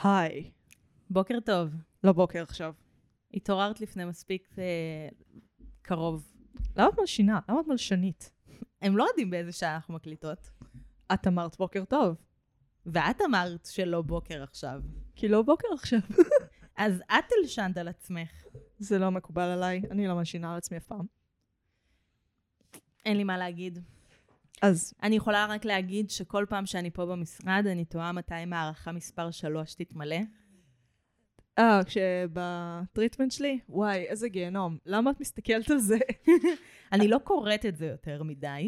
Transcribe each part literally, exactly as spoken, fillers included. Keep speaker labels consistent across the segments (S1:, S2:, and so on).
S1: היי.
S2: בוקר טוב.
S1: לא בוקר עכשיו.
S2: התעוררת לפני מספיק אה, קרוב.
S1: למה את מלשינה? למה את מלשנית?
S2: הם לא יודעים באיזה שעה אנחנו מקליטות.
S1: את אמרת בוקר טוב.
S2: ואת אמרת שלא בוקר עכשיו.
S1: כי לא בוקר עכשיו.
S2: אז את הלשנת על עצמך.
S1: זה לא מקובל עליי, אני לא מלשינה על עצמי אף פעם.
S2: אין לי מה להגיד.
S1: אז
S2: אני יכולה רק להגיד שכל פעם שאני פה במשרד, אני תוהה מתי מערכה מספר שלוש תתמלא.
S1: אה, כשבטריטמנט שלי, וואי, איזה גיהנום. למה את מסתכלת על זה?
S2: אני לא קוראת את זה יותר מדי.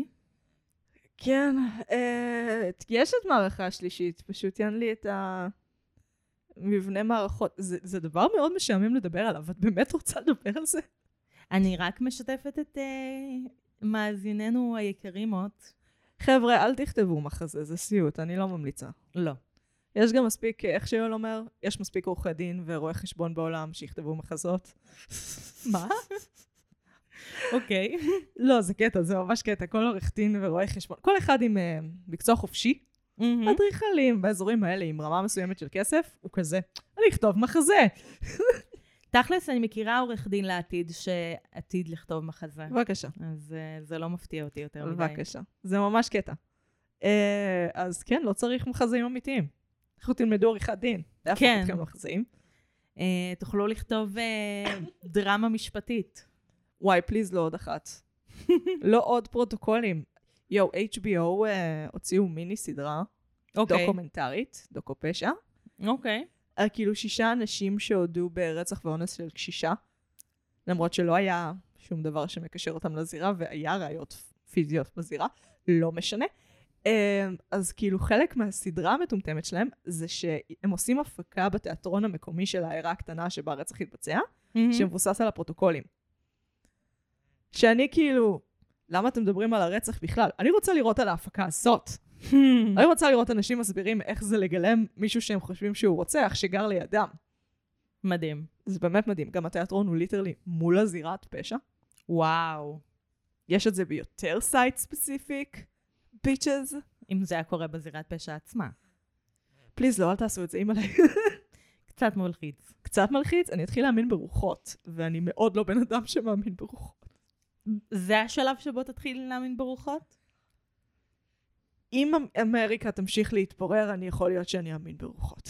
S1: כן, אה, יש את מערכה השלישית, פשוט יען לי את המבנה מערכות. זה, זה דבר מאוד משעמם לדבר עליו, את באמת רוצה לדבר על זה?
S2: אני רק משתפת את אה, מאזיננו היקרים עוד.
S1: חבר'ה, אל תכתבו מחזה, זה סיוט, אני לא ממליצה.
S2: לא.
S1: יש גם מספיק, איך שיואל אומר, יש מספיק עורכי דין ורואי חשבון בעולם שיכתבו מחזות.
S2: מה? אוקיי.
S1: לא, זה קטע, זה ממש קטע. כל עורך דין ורואי חשבון, כל אחד עם uh, מקצוע חופשי, אדריכלים באזורים האלה עם רמה מסוימת של כסף, הוא כזה, אני אכתוב מחזה.
S2: תכלס, אני מכירה עורך דין לעתיד שעתיד לכתוב מחזה.
S1: בבקשה.
S2: אז uh, זה לא מפתיע אותי יותר מדי.
S1: בבקשה. זה ממש קטע. Uh, אז כן, לא צריך מחזאים אמיתיים. אנחנו תלמדו עריכת דין.
S2: כן.
S1: איפה מחזאים?
S2: Uh, תוכלו לכתוב uh, דרמה משפטית.
S1: וואי, פליז, לא עוד אחת. לא עוד פרוטוקולים. יו, אייץ' בי או uh, הוציאו מיני סדרה,
S2: אוקיי.
S1: דוקומנטרית, דוקו פשע,
S2: אוקיי.
S1: על כאילו שישה אנשים שהודו ברצח ואונס של קשישה, למרות שלא היה שום דבר שמקשר אותם לזירה, והיה ראיות פיזיות בזירה, לא משנה. אז כאילו חלק מהסדרה המטומטמת שלהם, זה שהם עושים הפקה בתיאטרון המקומי של העיירה הקטנה שבה הרצח התבצע, שמבוסס על הפרוטוקולים. שאני כאילו, למה אתם מדברים על הרצח בכלל? אני רוצה לראות על ההפקה הזאת. אני רוצה לראות אנשים מסבירים איך זה לגלם מישהו שהם חושבים שהוא רוצח, שגר לידם.
S2: מדהים.
S1: זה באמת מדהים. גם התיאטרון הוא ליטרלי מול הזירת פשע.
S2: וואו.
S1: יש את זה ביותר סייט ספציפיק. ביצ'ז.
S2: אם זה היה קורה בזירת פשע עצמה.
S1: פליז, לא, אל תעשו את זה, אימא לי.
S2: קצת מלחיץ.
S1: קצת מלחיץ, אני אתחיל להאמין ברוחות, ואני מאוד לא בן אדם שמאמין ברוחות.
S2: זה השלב שבו תתחיל להאמין ברוחות?
S1: אם אמריקה תמשיך להתפורר, אני יכול להיות שאני אאמין ברוחות.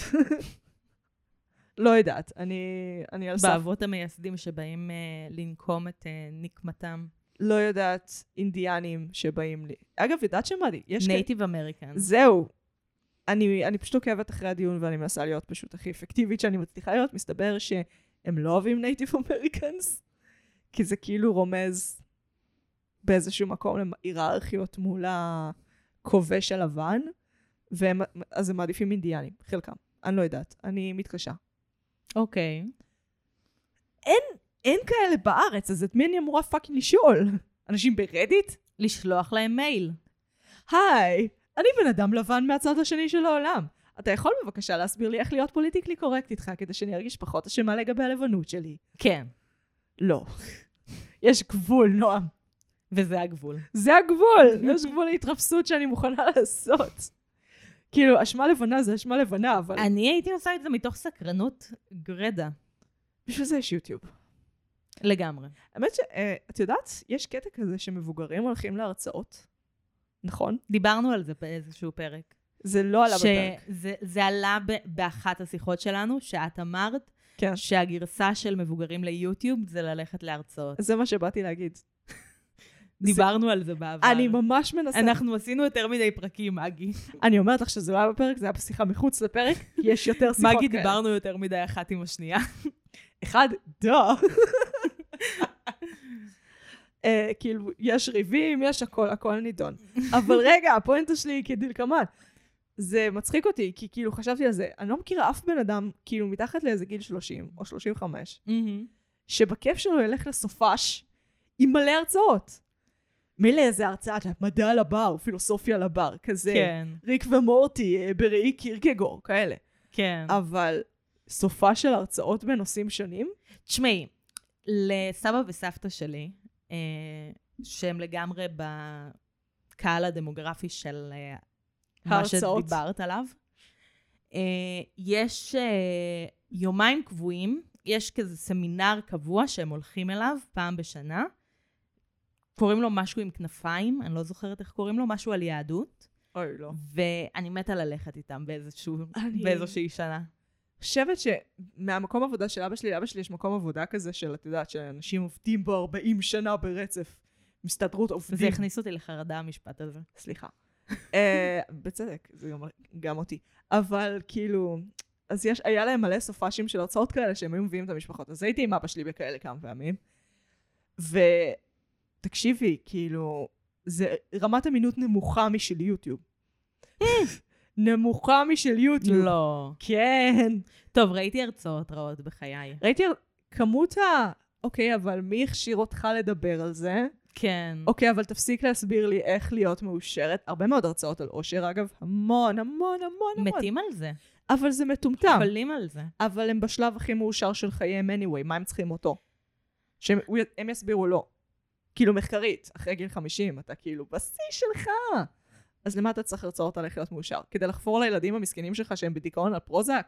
S1: לא יודעת, אני, אני על סף.
S2: באבות המייסדים שבאים uh, לנקום את uh, נקמתם.
S1: לא יודעת, אינדיאנים שבאים לי. אגב, יודעת שמעתי, יש...
S2: נייטיב אמריקן.
S1: זהו. אני, אני פשוט עוקבת אחרי הדיון, ואני מנסה להיות פשוט הכי אפקטיבית שאני מצליחה להיות. מסתבר שהם לא אוהבים נייטיב אמריקנס, כי זה כאילו רומז באיזשהו מקום להיררכיות מול הכובש הלבן, והם, אז הם מעדיפים אינדיאנים, חלקם. אני לא יודעת, אני מתקשה.
S2: אוקיי.
S1: אין, אין כאלה בארץ, אז את מי אני אמורה פאקינג לשאול? אנשים ברדיט?
S2: לשלוח להם מייל.
S1: היי, אני בן אדם לבן מהצד השני של העולם. אתה יכול בבקשה להסביר לי איך להיות פוליטיקלי קורקט איתך, כדי שאני ארגיש פחות אשמה לגבי הלבנות שלי?
S2: כן.
S1: לא. יש גבול, נועם.
S2: וזה הגבול.
S1: זה הגבול. יש גבול להתרפסות שאני מוכנה לעשות. כאילו, אשמה לבנה זה אשמה לבנה, אבל...
S2: אני הייתי עושה את זה מתוך סקרנות גרדה.
S1: בשביל זה יש יוטיוב.
S2: לגמרי.
S1: האמת שאת יודעת, יש קטע כזה שמבוגרים הולכים להרצאות. נכון?
S2: דיברנו על זה באיזשהו פרק.
S1: זה לא עלה בפרק.
S2: זה, זה עלה ב, באחת השיחות שלנו, שאת אמרת,
S1: כן.
S2: שהגרסה של מבוגרים ליוטיוב זה ללכת להרצאות.
S1: זה מה שבאתי להגיד.
S2: דיברנו על זה בעבר.
S1: אני ממש מנסה.
S2: אנחנו עשינו יותר מדי פרקים, מגי.
S1: אני אומרת לך שזה לא היה בפרק, זה היה בשיחה מחוץ לפרק, כי יש יותר שיחות כאלה.
S2: מגי, דיברנו יותר מדי אחת עם השנייה.
S1: אחד, דו. כאילו, יש ריבים, יש הכל, הכל נידון. אבל רגע, הפואנטה שלי היא כדלקמן. זה מצחיק אותי, כי כאילו חשבתי על זה, אני לא מכירה אף בן אדם, כאילו מתחת לאיזה גיל שלושים או שלושים וחמש, שבכיף שלו ילך לסופש עם מלא הרצאות. מילא איזה הרצאה, מדע על הבר, פילוסופיה על הבר, כזה.
S2: כן.
S1: ריק ומורטי, בראי קירקגור, כאלה.
S2: כן.
S1: אבל סופה של הרצאות בנושאים שונים?
S2: תשמעי, לסבא וסבתא שלי, אה, שהם לגמרי בקהל הדמוגרפי של אה, מה שדיברת עליו, אה, יש אה, יומיים קבועים, יש כזה סמינר קבוע שהם הולכים אליו פעם בשנה. קוראים לו משהו עם כנפיים, אני לא זוכרת איך קוראים לו, משהו על יהדות.
S1: אוי, לא.
S2: ואני מתה ללכת איתם באיזשהו,
S1: אני-
S2: באיזושהי שנה.
S1: חושבת שמהמקום עבודה של אבא שלי, לאבא שלי יש מקום עבודה כזה של, את יודעת, שאנשים עובדים בו ארבעים שנה ברצף. מסתדרות עובדים.
S2: זה הכניס אותי לחרדה המשפט הזה.
S1: סליחה. אה, בצדק, זה גם, גם אותי. אבל כאילו, אז יש, היה להם מלא סופאשים של הרצאות כאלה שהם היו מביאים את המשפחות. אז הייתי עם אבא שלי בכאלה כמה פעמים. ותקשיבי, כאילו, זה רמת אמינות נמוכה משל יוטיוב. נמוכה משל יוטיוב.
S2: לא.
S1: כן.
S2: טוב, ראיתי הרצאות רעות בחיי.
S1: ראיתי כמות ה... אוקיי, אבל מי הכשיר אותך לדבר על זה?
S2: כן.
S1: אוקיי, אבל תפסיק להסביר לי איך להיות מאושרת. הרבה מאוד הרצאות על אושר, אגב. המון, המון, המון, המון.
S2: מתים על זה.
S1: אבל זה מטומטם.
S2: חולים על זה.
S1: אבל הם בשלב הכי מאושר של חייהם anyway. מה הם צריכים אותו? שהם הם יסבירו לא. כאילו מחקרית, אחרי גיל חמישים, אתה כאילו בשיא שלך. אז למה אתה צריך הרצאות על איך להיות מאושר? כדי לחפור לילדים המסכנים שלך שהם בדיכאון על פרוזק?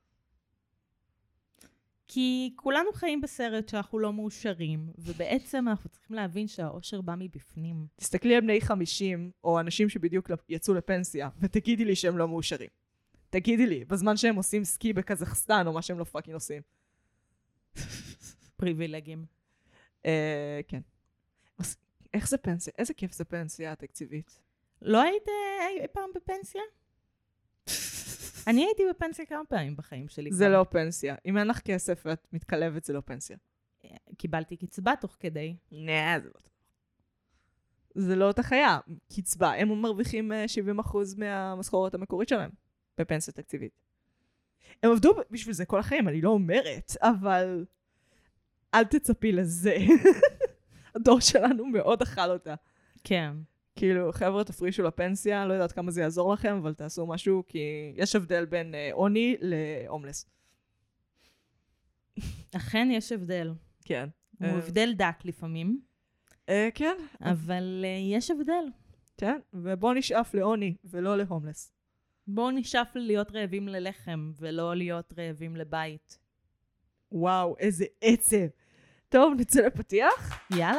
S2: כי כולנו חיים בסרט שאנחנו לא מאושרים, ובעצם אנחנו צריכים להבין שהאושר בא מבפנים.
S1: תסתכלי על בני חמישים, או אנשים שבדיוק יצאו לפנסיה, ותגידי לי שהם לא מאושרים. תגידי לי, בזמן שהם עושים סקי בקזחסטן, או מה שהם לא פאקינג עושים.
S2: פריבילגים.
S1: אה, כן. אז איך זה פנסיה? איזה כיף זה פנסיה התקציבית?
S2: לא היית אה, אי פעם בפנסיה? אני הייתי בפנסיה כמה פעמים בחיים שלי.
S1: זה
S2: כבר.
S1: לא פנסיה. אם אין לך כסף ואת מתקלבת, זה לא פנסיה.
S2: קיבלתי קצבה תוך כדי.
S1: נה, זה לא טוב. זה לא אותה חיה. קצבה. הם מרוויחים אה, שבעים אחוז מהמשכורת המקורית שלהם בפנסיה תקציבית. הם עבדו בשביל זה כל החיים, אני לא אומרת, אבל אל תצפי לזה. הדור שלנו מאוד אכל אותה.
S2: כן.
S1: כאילו, חבר'ה, תפרישו לפנסיה, לא יודעת כמה זה יעזור לכם, אבל תעשו משהו, כי יש הבדל בין אה, עוני להומלס.
S2: אכן יש הבדל.
S1: כן.
S2: הוא
S1: אה,
S2: הבדל דק לפעמים,
S1: אה, כן,
S2: אבל אה, יש הבדל.
S1: כן, ובוא נשאף לעוני ולא להומלס.
S2: בואו נשאף להיות רעבים ללחם, ולא להיות רעבים לבית.
S1: וואו, איזה עצב. טוב, נצא לפתיח?
S2: יאללה.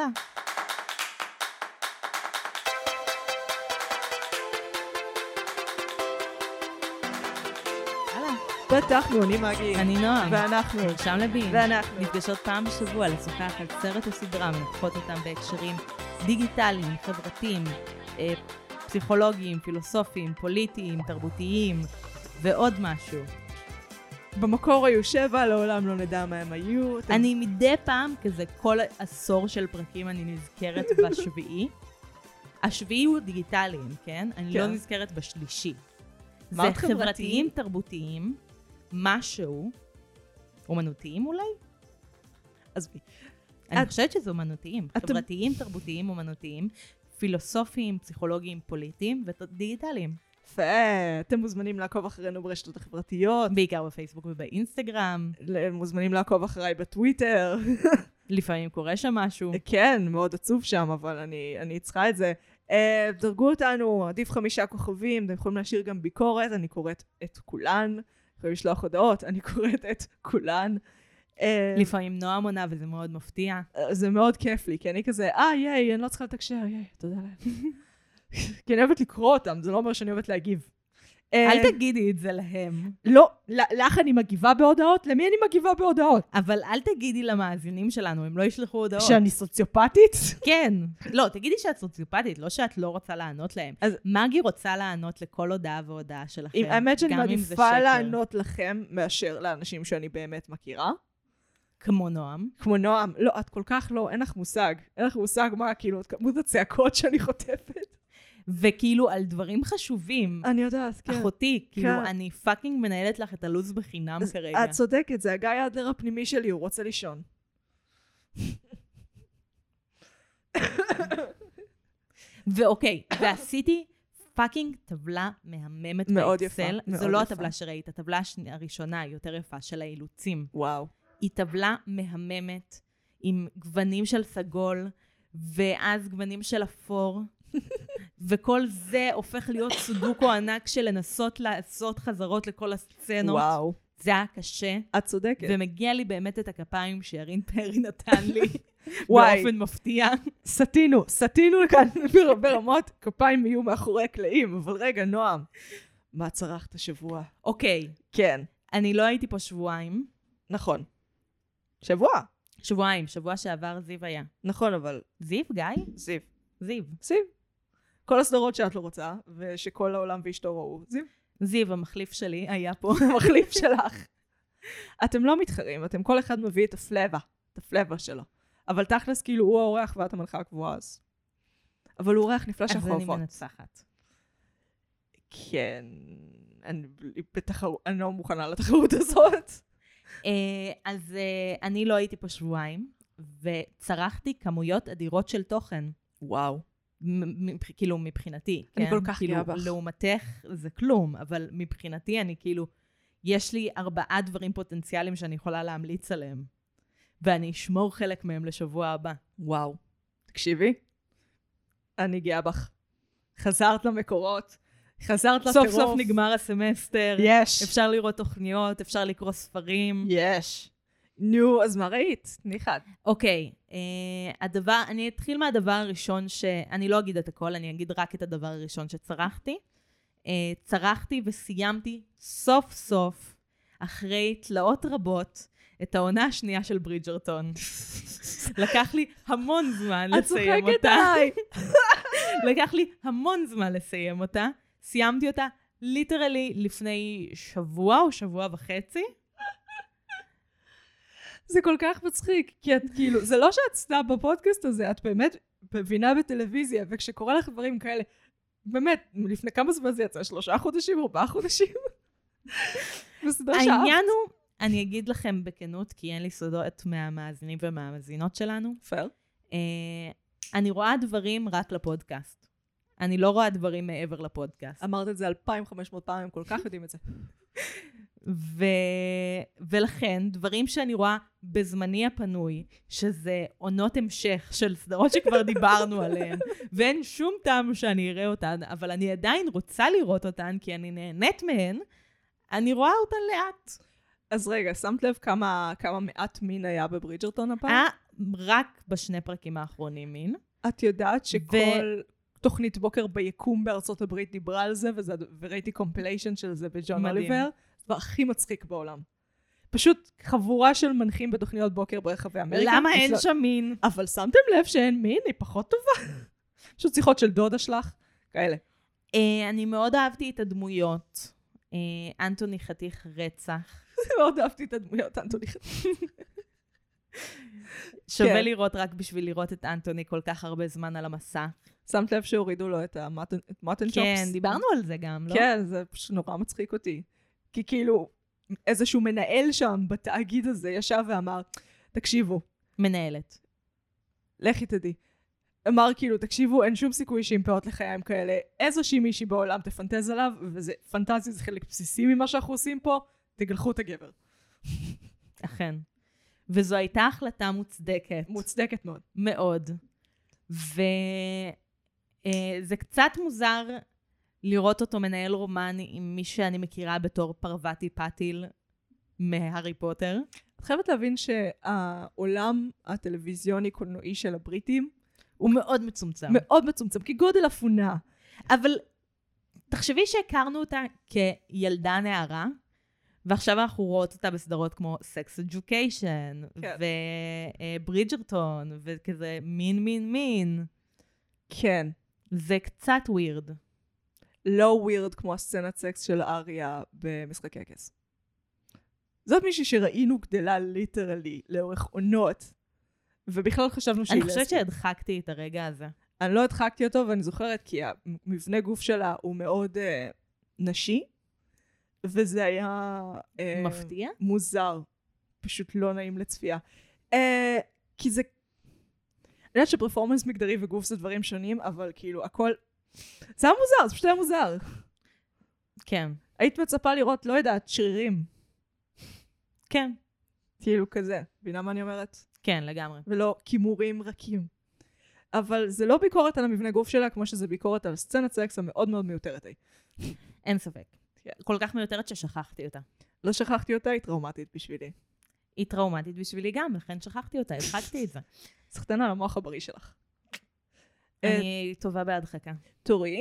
S2: יאללה.
S1: פתחנו, אני מגי.
S2: אני נועם.
S1: ואנחנו.
S2: שם לבין.
S1: ואנחנו.
S2: נפגשות פעם בשבוע לשוחח על סרט או סדרה, מנתחות אותם בהקשרים דיגיטליים, חברתיים, אה, פסיכולוגיים, פילוסופיים, פוליטיים, תרבותיים, ועוד משהו.
S1: במקור היו שבע, לעולם לא נדע מה הם היו. אתם-
S2: אני מדי פעם, כזה כל עשור של פרקים אני נזכרת בשביעי. השביעי הוא דיגיטליים, כן? אני
S1: כן.
S2: לא נזכרת בשלישי.
S1: מה
S2: זה
S1: עוד חברתי?
S2: חברתיים, תרבותיים, משהו, אומנותיים אולי?
S1: עזבי.
S2: אני
S1: את-
S2: חושבת שזה אומנותיים.
S1: אתם-
S2: חברתיים, תרבותיים, אומנותיים, פילוסופיים, פסיכולוגיים, פוליטיים ודיגיטליים.
S1: יפה, אתם מוזמנים לעקוב אחרינו ברשתות החברתיות,
S2: בעיקר בפייסבוק ובאינסטגרם.
S1: מוזמנים לעקוב אחריי בטוויטר.
S2: לפעמים קורה שם משהו.
S1: כן, מאוד עצוב שם, אבל אני, אני צריכה את זה. Uh, דרגו אותנו, עדיף חמישה כוכבים, אתם יכולים להשאיר גם ביקורת, אני קוראת את כולן, יכולים לשלוח הודעות, אני קוראת את כולן. Uh,
S2: לפעמים נועם עונה וזה מאוד מפתיע.
S1: זה מאוד כיף לי, כי אני כזה, אה, ייי, אני לא צריכה לתקשר, ייי, תודה להם. כי אני אוהבת לקרוא אותם, זה לא אומר שאני אוהבת להגיב.
S2: אל
S1: אה,
S2: תגידי את זה להם.
S1: לא, ל- לך אני מגיבה בהודעות? למי אני מגיבה בהודעות?
S2: אבל אל תגידי למאזינים שלנו, הם לא ישלחו הודעות.
S1: שאני סוציופטית?
S2: כן. לא, תגידי שאת סוציופטית, לא שאת לא רוצה לענות להם.
S1: אז-
S2: מגי רוצה לענות לכל הודעה והודעה שלכם.
S1: אם- האמת שאני
S2: גם אם זה
S1: מעדיפה
S2: שקר.
S1: לענות לכם מאשר לאנשים שאני באמת מכירה.
S2: כמו נועם.
S1: כמו נועם, לא, את כל כך לא, אין לך מושג. אין לך מושג מה, כאילו, את כמות הצעקות שאני חוטפת.
S2: וכאילו על דברים חשובים.
S1: אני יודעת, כן.
S2: אחותי, כאילו,
S1: כן.
S2: אני פאקינג מנהלת לך את הלו"ז בחינם
S1: אז
S2: כרגע.
S1: את צודקת, זה הגיא האדלר הפנימי שלי, הוא רוצה לישון.
S2: ואוקיי, ועשיתי פאקינג טבלה מהממת
S1: מאוד
S2: באקסל.
S1: יפה,
S2: זו
S1: מאוד
S2: לא
S1: יפה.
S2: הטבלה שראית, הטבלה השני- הראשונה, יותר יפה, של האילוצים.
S1: וואו.
S2: היא טבלה מהממת, עם גוונים של סגול, ואז גוונים של אפור, וכל זה הופך להיות סודוקו ענק של לנסות לעשות חזרות לכל הסצנות.
S1: וואו.
S2: זה היה קשה.
S1: את צודקת.
S2: ומגיע לי באמת את הכפיים שירין פרי נתן לי.
S1: וואי.
S2: באופן מפתיע.
S1: סתינו, סתינו לכאן ברמות, כפיים יהיו מאחורי הקלעים, אבל רגע, נועם, מה צרכת השבוע?
S2: אוקיי.
S1: כן.
S2: אני לא הייתי פה שבועיים.
S1: נכון. שבוע.
S2: שבועיים, שבוע שעבר זיו היה.
S1: נכון, אבל...
S2: זיו, גיא?
S1: זיו.
S2: זיו.
S1: זיו. כל הסדרות שאת לא רוצה, ושכל העולם ואשתו ראו. זיו.
S2: זיו, המחליף שלי, היה פה.
S1: המחליף שלך. אתם לא מתחרים, אתם כל אחד מביא את הפלאבה, את הפלאבה שלו. אבל תכלס, כאילו, הוא האורח ואת המלכה הקבועה אז. אבל הוא אורח נפלא שאנחנו אוהבות.
S2: אז אני מנצחת.
S1: כן. אני, בתחר... אני לא מוכנה לתחרות הזאת.
S2: אז אני לא הייתי פה שבועיים, וצרכתי כמויות אדירות של תוכן.
S1: וואו.
S2: כאילו מבחינתי.
S1: אני כל כך גאה בך.
S2: לעומתך זה כלום, אבל מבחינתי אני כאילו, יש לי ארבעה דברים פוטנציאליים שאני יכולה להמליץ עליהם. ואני אשמור חלק מהם לשבוע הבא.
S1: וואו. תקשיבי, אני גאה בך. חזרת למקורות, חזרת לטירוף.
S2: סוף סוף נגמר הסמסטר.
S1: יש.
S2: אפשר לראות תוכניות, אפשר לקרוא ספרים.
S1: יש. נו, אז מה ראית? ניחד.
S2: אוקיי, uh, הדבר, אני אתחיל מהדבר הראשון שאני לא אגיד את הכל, אני אגיד רק את הדבר הראשון שצרכתי. Uh, צרכתי וסיימתי סוף סוף, אחרי תלאות רבות, את העונה השנייה של ברידג'רטון. לקח לי המון זמן לסיים אותה.
S1: את צוחקת עליי.
S2: לקח לי המון זמן לסיים אותה. סיימתי אותה ליטרלי לפני שבוע או שבוע וחצי.
S1: זה כל כך מצחיק, כי את כאילו, זה לא שאת סתם בפודקאסט הזה, את באמת מבינה בטלוויזיה, וכשקורה לך דברים כאלה, באמת, לפני כמה זמן זה יצא? שלושה חודשים, ארבעה חודשים?
S2: העניין הוא, אני אגיד לכם בכנות, כי אין לי סודות מהמאזינים ומהמאזינות שלנו.
S1: פייר.
S2: אני רואה דברים רק לפודקאסט. אני לא רואה דברים מעבר לפודקאסט.
S1: אמרת את זה אלפיים וחמש מאות פעם, הם כל כך יודעים את זה.
S2: ו... ולכן, דברים שאני רואה בזמני הפנוי, שזה עונות המשך של סדרות שכבר דיברנו עליהן, ואין שום טעם שאני אראה אותן, אבל אני עדיין רוצה לראות אותן, כי אני נהנית מהן, אני רואה אותן לאט.
S1: אז רגע, שמת לב כמה, כמה מעט מין היה בברידג'רטון הפעם?
S2: היה רק בשני פרקים האחרונים מין.
S1: את יודעת שכל... ו... תוכנית בוקר ביקום בארצות הברית דיברה על זה, וזה, וראיתי קומפיליישן של זה בג'ון אוליבר. זה הכי מצחיק בעולם. פשוט חבורה של מנחים בתוכניות בוקר ברחבי אמריקה.
S2: למה אין שם מין?
S1: אבל שמתם לב שאין מין, היא פחות טובה. פשוט שיחות של דודה שלך, כאלה.
S2: אני מאוד אהבתי את הדמויות. אנטוני חתיך רצח.
S1: מאוד אהבתי את הדמויות, אנטוני חתיך.
S2: שווה לראות רק בשביל לראות את אנטוני כל כך הרבה זמן על המסע.
S1: שמת לב שהורידו לו את המוטן צ'ופס?
S2: כן, דיברנו על זה גם, לא?
S1: כן, זה פשוט נורא מצחיק אותי. כי כאילו, איזשהו מנהל שם בתאגיד הזה ישב ואמר, תקשיבו.
S2: מנהלת.
S1: לכי תדעי. אמר כאילו, תקשיבו, אין שום סיכוי שעם פאות לחיים כאלה, איזושהי מישהי בעולם תפנטז עליו, וזה פנטזיה, זה חלק בסיסי ממה שאנחנו עושים פה, תגלחו את הגבר.
S2: אכן. וזו הייתה החלטה מוצדקת.
S1: מוצדקת מאוד.
S2: מאוד. וזה קצת מוזר לראות אותו מנהל רומן עם מי שאני מכירה בתור פרווטי פאטיל מהארי פוטר.
S1: את חייבת להבין שהעולם הטלוויזיוני קולנועי של הבריטים
S2: הוא מאוד מצומצם.
S1: מאוד מצומצם, כי גודל אפונה.
S2: אבל תחשבי שהכרנו אותה כילדה נערה, ועכשיו אנחנו רואות אותה בסדרות כמו Sex Education,
S1: כן.
S2: וברידג'רטון, וכזה מין מין מין.
S1: כן.
S2: זה קצת ווירד.
S1: לא ווירד כמו הסצנת סקס של אריה במשחקי הכס. זאת מישהי שראינו גדלה ליטרלי לאורך עונות, ובכלל חשבנו שהיא
S2: לסבית. אני חושבת שהדחקתי את הרגע הזה.
S1: אני לא הדחקתי אותו, ואני זוכרת כי המבנה גוף שלה הוא מאוד uh, נשי, וזה היה... Uh,
S2: מפתיע?
S1: מוזר. פשוט לא נעים לצפייה. Uh, כי זה... אני יודעת שפרפורמנס מגדרי וגוף זה דברים שונים, אבל כאילו הכל... זה היה מוזר, זה פשוט היה מוזר.
S2: כן.
S1: היית מצפה לראות, לא יודעת, שרירים.
S2: כן.
S1: כאילו כזה. בינה מה אני אומרת?
S2: כן, לגמרי.
S1: ולא כימורים רכים. אבל זה לא ביקורת על המבנה גוף שלה, כמו שזה ביקורת על סצנת סקס המאוד מאוד מיותרת.
S2: אין ספק. כל כך מיותרת ששכחתי אותה.
S1: לא שכחתי אותה, היא טראומטית בשבילי.
S2: היא טראומטית בשבילי גם, לכן שכחתי אותה, הדחקתי את זה.
S1: סחטנה על המוח הבריא שלך.
S2: אני טובה בהדחקה.
S1: תורי?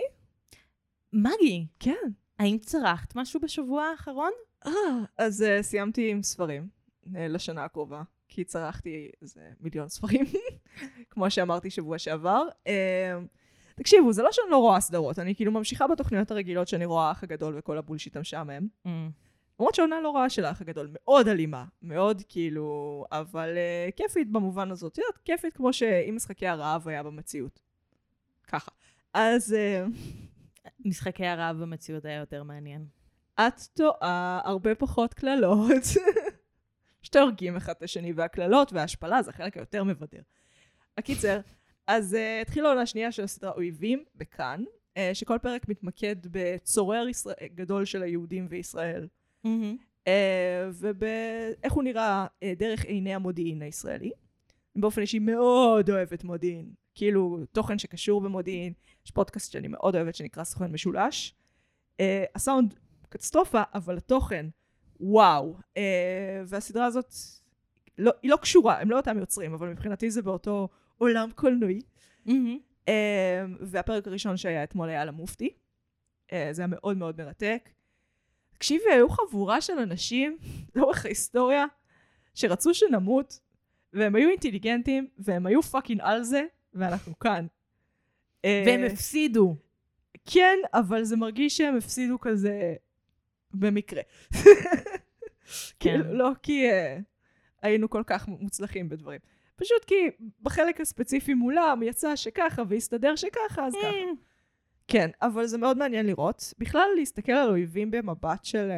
S2: מגי,
S1: כן.
S2: האם צרכת משהו בשבוע האחרון?
S1: אה, אז uh, סיימתי עם ספרים uh, לשנה הקרובה, כי צרכתי איזה מיליון ספרים, כמו שאמרתי שבוע שעבר. Uh, תקשיבו, זה לא שאני לא רואה סדרות, אני כאילו ממשיכה בתוכניות הרגילות שאני רואה האח הגדול וכל הבולשיט המשעמם. Mm. למרות שעונה לא רואה של האח הגדול, מאוד אלימה, מאוד כאילו, אבל uh, כיפית במובן הזאת. יודעת, כיפית כמו שאם משחקי הרעב היה במציאות. ככה. אז... Uh,
S2: משחקי הרעב במציאות היה יותר מעניין.
S1: את טועה, הרבה פחות כללות. שתהרגים אחד את השני, והכללות וההשפלה זה החלק היותר מבדר. הקיצר, אז uh, התחילה העונה השנייה של הסדרה אויבים בכאן, uh, שכל פרק מתמקד בצורר ישראל, גדול של היהודים וישראל, mm-hmm. uh, ובאיך הוא נראה uh, דרך עיני המודיעין הישראלי. באופן אישי מאוד אוהבת מודיעין, כאילו תוכן שקשור במודיעין. יש פודקאסט שאני מאוד אוהבת שנקרא סוכן משולש. Uh, הסאונד קטסטרופה, אבל התוכן, וואו. Uh, והסדרה הזאת, לא, היא לא קשורה, הם לא אותם יוצרים, אבל מבחינתי זה באותו עולם קולנועי. Mm-hmm. Uh, והפרק הראשון שהיה אתמול היה על המופתי. Uh, זה היה מאוד מאוד מרתק. תקשיבי, היו חבורה של אנשים, לאורך ההיסטוריה, שרצו שנמות, והם היו אינטליגנטים, והם היו פאקינג על זה, ואנחנו כאן.
S2: והם הפסידו.
S1: כן, אבל זה מרגיש שהם הפסידו כזה במקרה. כאילו, לא כי היינו כל כך מוצלחים בדברים. פשוט כי בחלק הספציפי מולם יצא שככה, והסתדר שככה, אז ככה. כן, אבל זה מאוד מעניין לראות. בכלל, להסתכל על אויבים במבט של...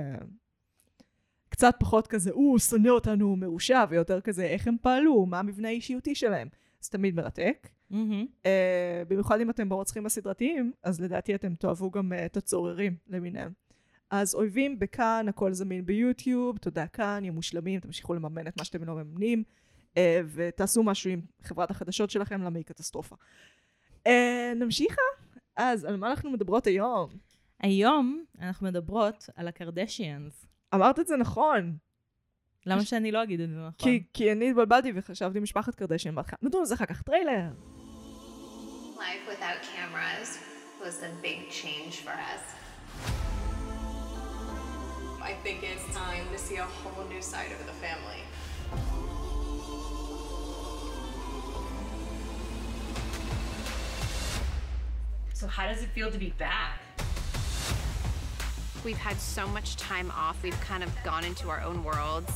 S1: קצת פחות כזה, הוא שונא אותנו מרושע, ויותר כזה, איך הם פעלו, מה המבנה האישיותי שלהם. זה תמיד מרתק. Mm-hmm. Uh, במיוחד אם אתם ברוצחים הסדרתיים, אז לדעתי אתם תאהבו גם uh, את הצוררים למיניהם. אז אויבים בכאן, הכל זמין ביוטיוב, תודה כאן, יהיו מושלמים, תמשיכו לממן את מה שאתם לא מממנים, uh, ותעשו משהו עם חברת החדשות שלכם, למה היא קטסטרופה. Uh, נמשיכה? אז על מה אנחנו מדברות היום?
S2: היום אנחנו מדברות על הקרדשיאנס.
S1: אמרת את זה נכון.
S2: למה שאני לא אגיד את זה נכון?
S1: כי, כי אני התבלבלתי וחשבתי משפחת קרדשיאן בהתחלה. נדון על זה אחר כך, טריילר.
S3: Life without cameras was a big change for us.
S4: I think it's time to see a whole new side of the family.
S5: So how does it feel to be back?
S3: We've had so much time off. We've kind of gone into our own worlds.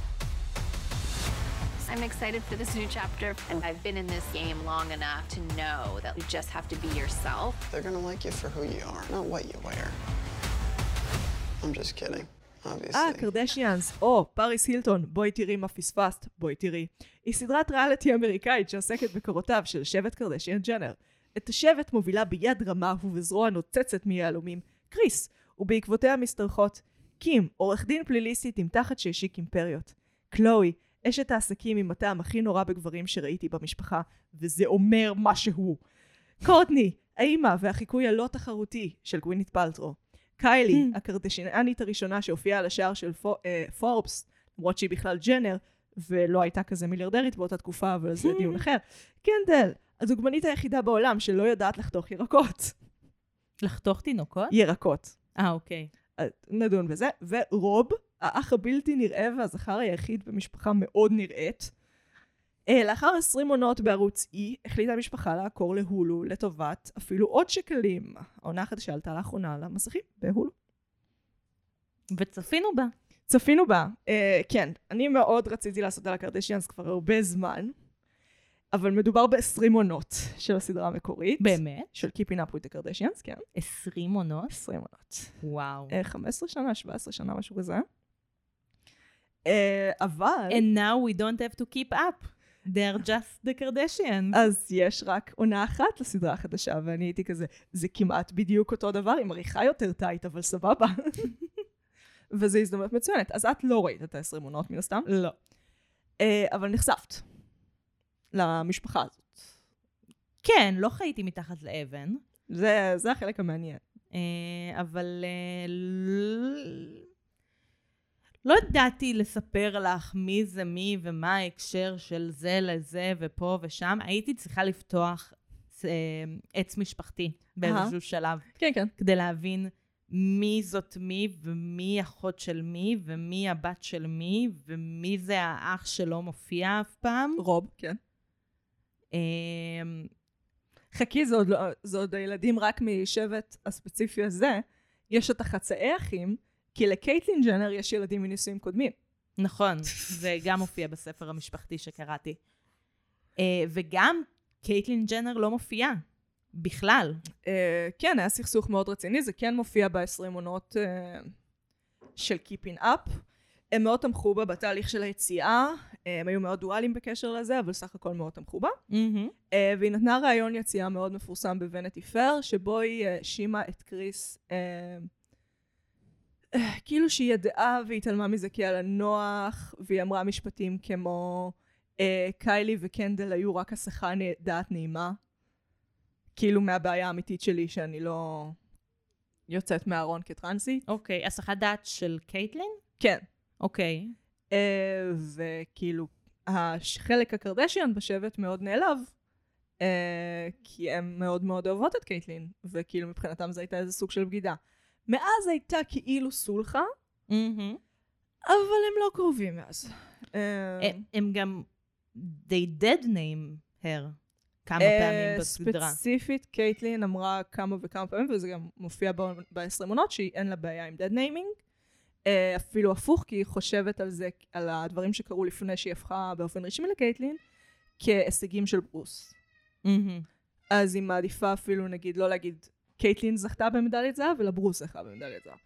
S3: I'm excited for this new chapter. And I've been in this game long enough to know that you just have to be yourself.
S6: They're gonna like you for who you are, not what you wear. I'm just kidding, obviously.
S1: אה, קרדשיאנס, או, פריס הילטון, בואי תראי מה פספסת, בואי תראי. היא סדרת ריאליטי אמריקאית שעוסקת בקורותיו של שבט קרדשיאן ג'נר. את השבט מובילה ביד רמה ובזרוע נוצצת מיהלומים, קריס, ובעקבותיה משתרכות קים, עורך דין פליליסטית עם תחת שהשיק אימפריות. קלואי, אשת העסקים עם הטעם הכי נורא בגברים שראיתי במשפחה, וזה אומר משהו. קורטני, האימא והחיקוי הלא תחרותי של גווינית פלטרו. קיילי, הקרדשיאנית הראשונה שהופיעה על השער של פור, אה, פורבס, למרות שהיא בכלל ג'נר, ולא הייתה כזה מיליארדרית באותה תקופה, אבל זה דיון אחר. קנדל, הדוגמנית היחידה בעולם שלא יודעת לחתוך ירקות.
S2: לחתוך תינוקות?
S1: ירקות.
S2: אה, אוקיי.
S1: נדון בזה. ורוב, האח הבלתי נראה והזכר היחיד במשפחה מאוד נראית. לאחר עשרים עונות בערוץ E, החליטה המשפחה לעקור להולו לטובת אפילו עוד שקלים. העונה החדשה עלתה לאחרונה למסכים בהולו.
S2: וצפינו בה.
S1: צפינו בה. Uh, כן, אני מאוד רציתי לעשות על הקרדשיאנס כבר הרבה זמן, אבל מדובר ב-עשרים עונות של הסדרה המקורית.
S2: באמת?
S1: של Keeping Up with the Kardashians, כן.
S2: עשרים עונות?
S1: עשרים עונות.
S2: וואו.
S1: Uh, חמש עשרה שנה, שבע עשרה שנה, משהו כזה. Uh, אבל...
S2: And now we don't have to keep up. They're just the Kardashians.
S1: אז יש רק עונה אחת לסדרה החדשה, ואני הייתי כזה, זה כמעט בדיוק אותו דבר, עם עריכה יותר טייט, אבל סבבה. וזו הזדמנות מצוינת. אז את לא ראית את ה-עשרים עונות מן הסתם?
S2: לא.
S1: Uh, אבל נחשפת למשפחה הזאת.
S2: כן, לא חייתי מתחת לאבן.
S1: זה, זה החלק המעניין.
S2: אה, אבל אה, ל- לא ידעתי לספר לך מי זה מי ומה ההקשר של זה לזה ופה ושם. הייתי צריכה לפתוח אה, עץ משפחתי באיזשהו שלב.
S1: כן, כן.
S2: כדי להבין מי זאת מי ומי אחות של מי ומי הבת של מי ומי זה האח שלא מופיע אף פעם.
S1: רוב, כן.
S2: אה,
S1: חכי, זה עוד, לא, זה עוד הילדים רק משבט הספציפי הזה. יש את החצאי אחים, כי לקייטלין ג'נר יש ילדים מנישואים קודמים.
S2: נכון, זה גם מופיע בספר המשפחתי שקראתי. Uh, וגם קייטלין ג'נר לא מופיעה, בכלל.
S1: Uh, כן, היה סכסוך מאוד רציני, זה כן מופיע ב-עשרים עונות uh, של Keeping Up. הם מאוד תמכו בה בתהליך של היציאה, uh, הם היו מאוד דואליים בקשר לזה, אבל סך הכל מאוד תמכו בה.
S2: Mm-hmm.
S1: Uh, והיא נתנה רעיון יציאה מאוד מפורסם בוונטי פייר, שבו היא uh, שימה את קריס... Uh, כאילו שהיא ידעה והיא התעלמה מזה כי היה לה נוח, והיא אמרה משפטים כמו אה, קיילי וקנדל היו רק הסחה דעת נעימה, כאילו מהבעיה האמיתית שלי שאני לא יוצאת מהארון כטרנסית.
S2: אוקיי, הסחת דעת של קייטלין?
S1: כן.
S2: אוקיי.
S1: אה, וכאילו החלק הקרדשיאן בשבט מאוד נעלב, אה, כי הם מאוד מאוד אוהבות את קייטלין, וכאילו מבחינתם זה הייתה איזה סוג של בגידה. מאז הייתה כאילו סולחה,
S2: Mm-hmm.
S1: אבל הם לא קרובים מאז.
S2: הם, הם גם, they dead name her כמה פעמים בסדרה.
S1: ספציפית, קייטלין אמרה כמה וכמה פעמים, וזה גם מופיע ב-עשרים עונות, שאין לה בעיה עם dead naming. אפילו הפוך, כי היא חושבת על זה, על הדברים שקרו לפני שהיא הפכה באופן רשמי לקייטלין, כהישגים של ברוס.
S2: Mm-hmm.
S1: אז היא מעדיפה אפילו, נגיד, לא להגיד, קייטלין זכתה במדליית זהב, אלא ברוס זכה במדליית זהב.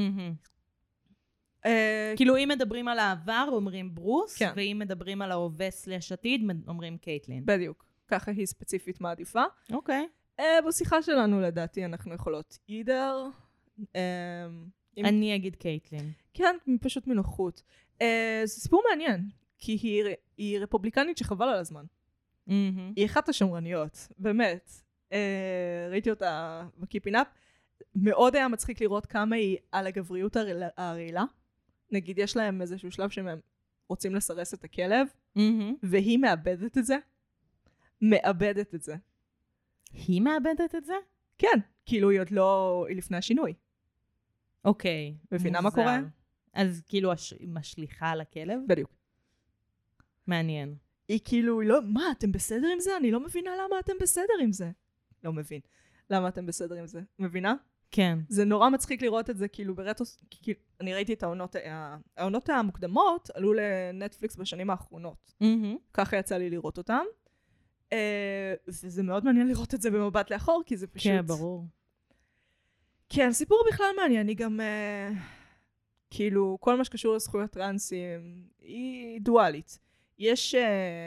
S2: כאילו אם מדברים על העבר אומרים ברוס,
S1: כן.
S2: ואם מדברים על ההווה סלש עתיד אומרים קייטלין.
S1: בדיוק. ככה היא ספציפית מעדיפה.
S2: אוקיי.
S1: בשיחה שלנו לדעתי אנחנו יכולות אידר.
S2: אני אגיד קייטלין.
S1: כן, פשוט מנוחות. זה סיפור מעניין, כי היא רפובליקנית שחבל על הזמן. היא אחת השמרניות, באמת. ראיתי אותה בקיפינאפ. מאוד היה מצחיק לראות כמה היא על הגבריות הרעילה. נגיד, יש להם איזשהו שלב שהם רוצים לסרס את הכלב, והיא מאבדת את זה. מאבדת את זה.
S2: היא מאבדת את זה?
S1: כן, כאילו היא עוד לא, היא לפני השינוי.
S2: אוקיי.
S1: מבינה מה קורה?
S2: אז כאילו היא משליחה על הכלב?
S1: בדיוק.
S2: מעניין.
S1: היא כאילו, היא לא, מה, אתם בסדר עם זה? אני לא מבינה למה אתם בסדר עם זה. לא מבין. למה אתם בסדר עם זה? מבינה?
S2: כן.
S1: זה נורא מצחיק לראות את זה, כאילו ברטוס, כאילו, אני ראיתי את העונות, העונות המוקדמות עלו לנטפליקס בשנים האחרונות.
S2: Mm-hmm. ככה
S1: יצא לי לראות אותם. וזה מאוד מעניין לראות את זה במבט לאחור, כי זה פשוט...
S2: כן, ברור.
S1: כן, סיפור בכלל מעניין, היא גם, כאילו, כל מה שקשור לזכויות טרנסים, היא דואלית. יש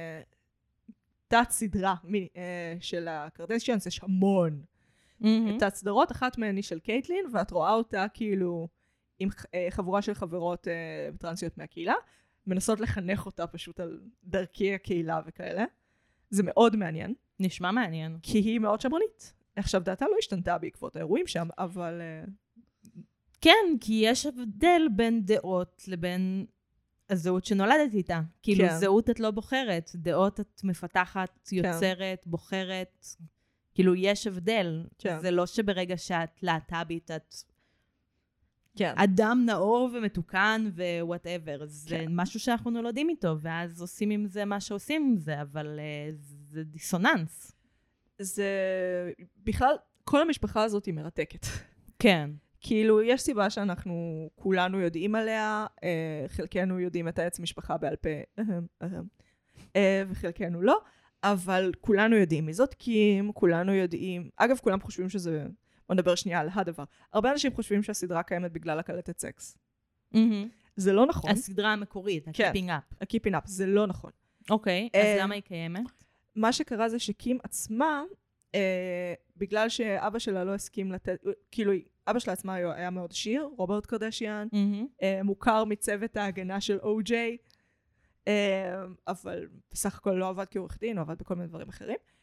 S1: תת סדרה של הקרדשיאנס, יש המון. תת סדרות, אחת מהן היא של קייטלין, ואת רואה אותה כאילו עם חבורה של חברות טרנסיות מהקהילה, מנסות לחנך אותה פשוט על דרכי הקהילה וכאלה. זה מאוד מעניין.
S2: נשמע מעניין.
S1: כי היא מאוד שמרנית. עכשיו, דעתה לא השתנתה בעקבות האירועים שם, אבל...
S2: כן, כי יש הבדל בין דעות לבין הזהות שנולדת איתה. כאילו,
S1: כן.
S2: זהות את לא בוחרת, דעות את מפתחת, יוצרת, כן. בוחרת. כאילו, יש הבדל. כן. זה לא שברגע שאת להט"בית, את
S1: כן.
S2: אדם נאור ומתוקן ו-whatever. זה
S1: כן.
S2: משהו שאנחנו נולדים איתו, ואז עושים עם זה מה שעושים עם זה, אבל uh, זה דיסוננס.
S1: זה... בכלל, כל המשפחה הזאת היא מרתקת.
S2: כן.
S1: כאילו, יש סיבה שאנחנו כולנו יודעים עליה, אה, חלקנו יודעים את העץ משפחה בעל פה, אהם, אהם, אה, וחלקנו לא, אבל כולנו יודעים מי זאת קים, כולנו יודעים, אגב, כולם חושבים שזה, בוא נדבר שנייה על הדבר, הרבה אנשים חושבים שהסדרה קיימת בגלל הקלטת סקס.
S2: Mm-hmm.
S1: זה לא נכון.
S2: הסדרה המקורית, ה-Keeping Up.
S1: ה-Keeping Up, זה לא נכון.
S2: אוקיי, אז למה היא קיימת?
S1: מה שקרה זה שקים עצמה, אה, בגלל שאבא שלה לא הסכים לתת, כאילו, אבא שלה עצמה היה מאוד עשיר, רוברט קרדשיאן,
S2: Mm-hmm.
S1: אה, מוכר מצוות ההגנה של או ג'יי, אה, אבל בסך הכל לא עבד כעורך דין, הוא עבד בכל מיני דברים אחרים.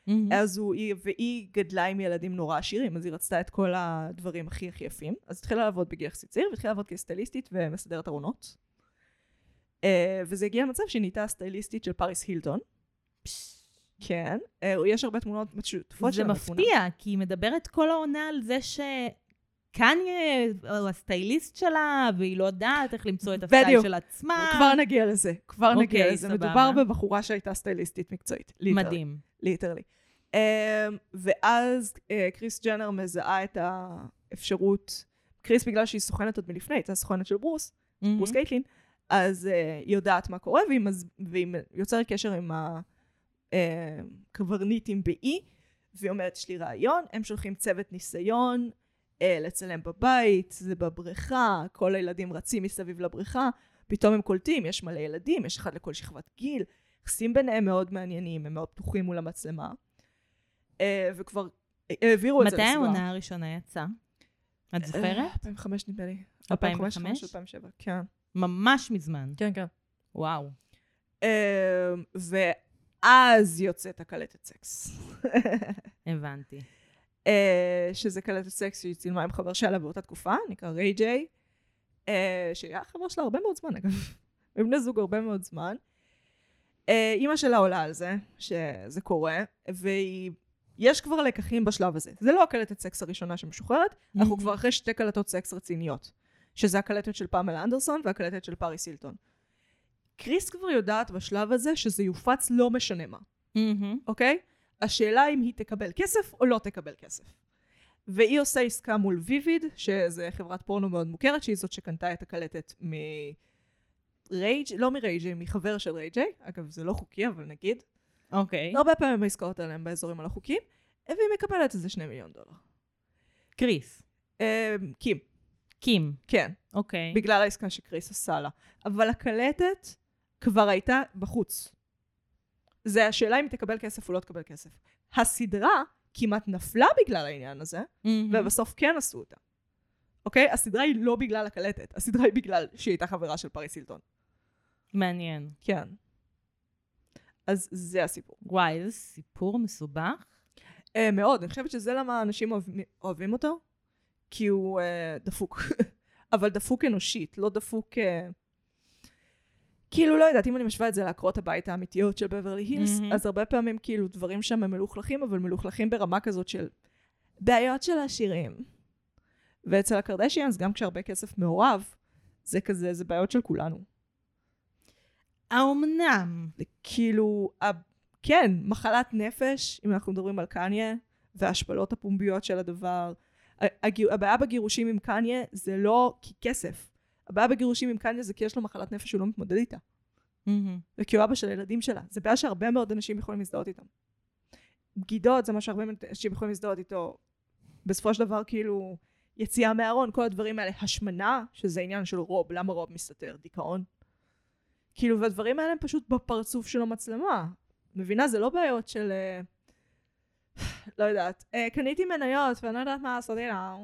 S1: אז הוא, והיא גדלה עם ילדים נורא עשירים, אז היא רצתה את כל הדברים הכי הכי יפים. אז התחילה לעבוד בגיל יחסית צעיר, והתחילה לעבוד כסטייליסטית ומסדרת ארונות. וזה הגיע למצב שהיא נהייתה הסטייליסטית של פאריס הילטון. כן. יש הרבה תמונות משותפות
S2: זה מפתיע, כי היא מדברת כל העונה על זה ש... קניה הוא הסטייליסט שלה, והיא לא יודעת איך למצוא את הסטייל של עצמה.
S1: כבר נגיע לזה, כבר נגיע לזה. מדובר בבחורה שהייתה סטייליסטית מקצועית.
S2: מדהים.
S1: ליטרלי. ואז קריס ג'נר מזהה את האפשרות, קריס בגלל שהיא סוכנת עוד מלפני, הייתה סוכנת של ברוס, ברוס קייטלין, אז היא יודעת מה קורה, והיא יוצרת קשר עם הקברניטים באי, והיא אומרת, יש לי רעיון, הם שולחים צוות ניסיון, לצלם בבית, זה בבריכה, כל הילדים רצים מסביב לבריכה, פתאום הם קולטים, יש מלא ילדים, יש אחד לכל שכבת גיל, יחסים ביניהם מאוד מעניינים, הם מאוד פתוחים מול המצלמה, וכבר העבירו את זה לסדרה.
S2: מתי העונה הראשונה יצאה? את זוכרת?
S1: אלפיים וחמש נדמה לי.
S2: אלפיים וחמש?
S1: אלפיים ושבע, כן.
S2: ממש מזמן.
S1: כן, כן.
S2: וואו.
S1: ואז יוצאת הקלטת סקס.
S2: הבנתי.
S1: Uh, שזה קלטת סקס שהיא צילמה עם חבר שלה באותה תקופה, נקרא ריי ג'יי, uh, שהיה חבר שלה הרבה מאוד זמן, אגב. הם בני זוג הרבה מאוד זמן. Uh, אמא שלה עולה על זה, שזה קורה, ויש כבר לקחים בשלב הזה. זה לא הקלטת סקס הראשונה שמשוחררת, אנחנו כבר אחרי שתי קלטות סקס רציניות, שזה הקלטת של פמלה אנדרסון והקלטת של פאריס הילטון. קריס כבר יודעת בשלב הזה שזה יופץ לא משנה מה. אוקיי? Okay? השאלה אם היא תקבל כסף או לא תקבל כסף. והיא עושה עסקה מול ויביד, שזה חברת פורנו מאוד מוכרת, שהיא זאת שקנתה את הקלטת מרייג', לא מרייג', מחבר של רייג', אגב זה לא חוקי, אבל נגיד.
S2: אוקיי.
S1: לא הרבה פעמים העסקאות עליהם באזורים הלא חוקיים, והיא מקבלת איזה שני מיליון דולר.
S2: קריס.
S1: קים.
S2: קים.
S1: כן.
S2: אוקיי.
S1: בגלל העסקה שקריס עשה לה. אבל הקלטת כבר הייתה בחוץ. זה השאלה אם תקבל כסף או לא תקבל כסף. הסדרה כמעט נפלה בגלל העניין הזה, mm-hmm. ובסוף כן עשו אותה. אוקיי? הסדרה היא לא בגלל הקלטת, הסדרה היא בגלל שהיא הייתה חברה של פאריס הילטון.
S2: מעניין.
S1: כן. אז זה הסיפור.
S2: וואי, איזה סיפור מסובך.
S1: אה, מאוד, אני חושבת שזה למה אנשים אוהבים, אוהבים אותו, כי הוא אה, דפוק. אבל דפוק אנושית, לא דפוק... אה, כאילו לא יודעת, אם אני משווה את זה לעקרות הבית האמיתיות של בברלי הילס, mm-hmm. אז הרבה פעמים כאילו דברים שם הם מלוכלכים, אבל מלוכלכים ברמה כזאת של בעיות של עשירים. ואצל הקרדשיאנס, גם כשהרבה כסף מעורב, זה כזה, זה בעיות של כולנו.
S2: האומנם.
S1: כאילו, כן, מחלת נפש, אם אנחנו מדברים על קניה, וההשפלות הפומביות של הדבר. הבעיה בגירושים עם קניה זה לא כי כסף. הבעיה בגירושים עם קניה זה כי יש לו מחלת נפש שהוא לא מתמודד איתה. וכי הוא אבא של הילדים שלה. זה בעיה שהרבה מאוד אנשים יכולים להזדהות איתם. בגידות זה מה שהרבה אנשים יכולים להזדהות איתו. בסופו של דבר כאילו יציאה מהארון, כל הדברים האלה. השמנה, שזה עניין של רוב. למה רוב מסתתר? דיכאון. כאילו, והדברים האלה הם פשוט בפרצוף של המצלמה. מבינה? זה לא בעיות של... לא יודעת. קניתי מניות ואני לא יודעת מה לעשות איתה.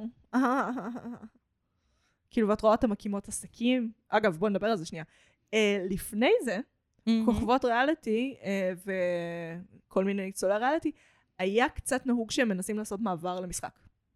S1: כאילו, ואת רואה את המקימות עסקים. אגב, בוא נדבר על זה שנייה. לפני זה, כוכבות ריאליטי וכל מיני ניצולי ריאליטי, היה קצת נהוג שהם מנסים לעשות מעבר למשחק.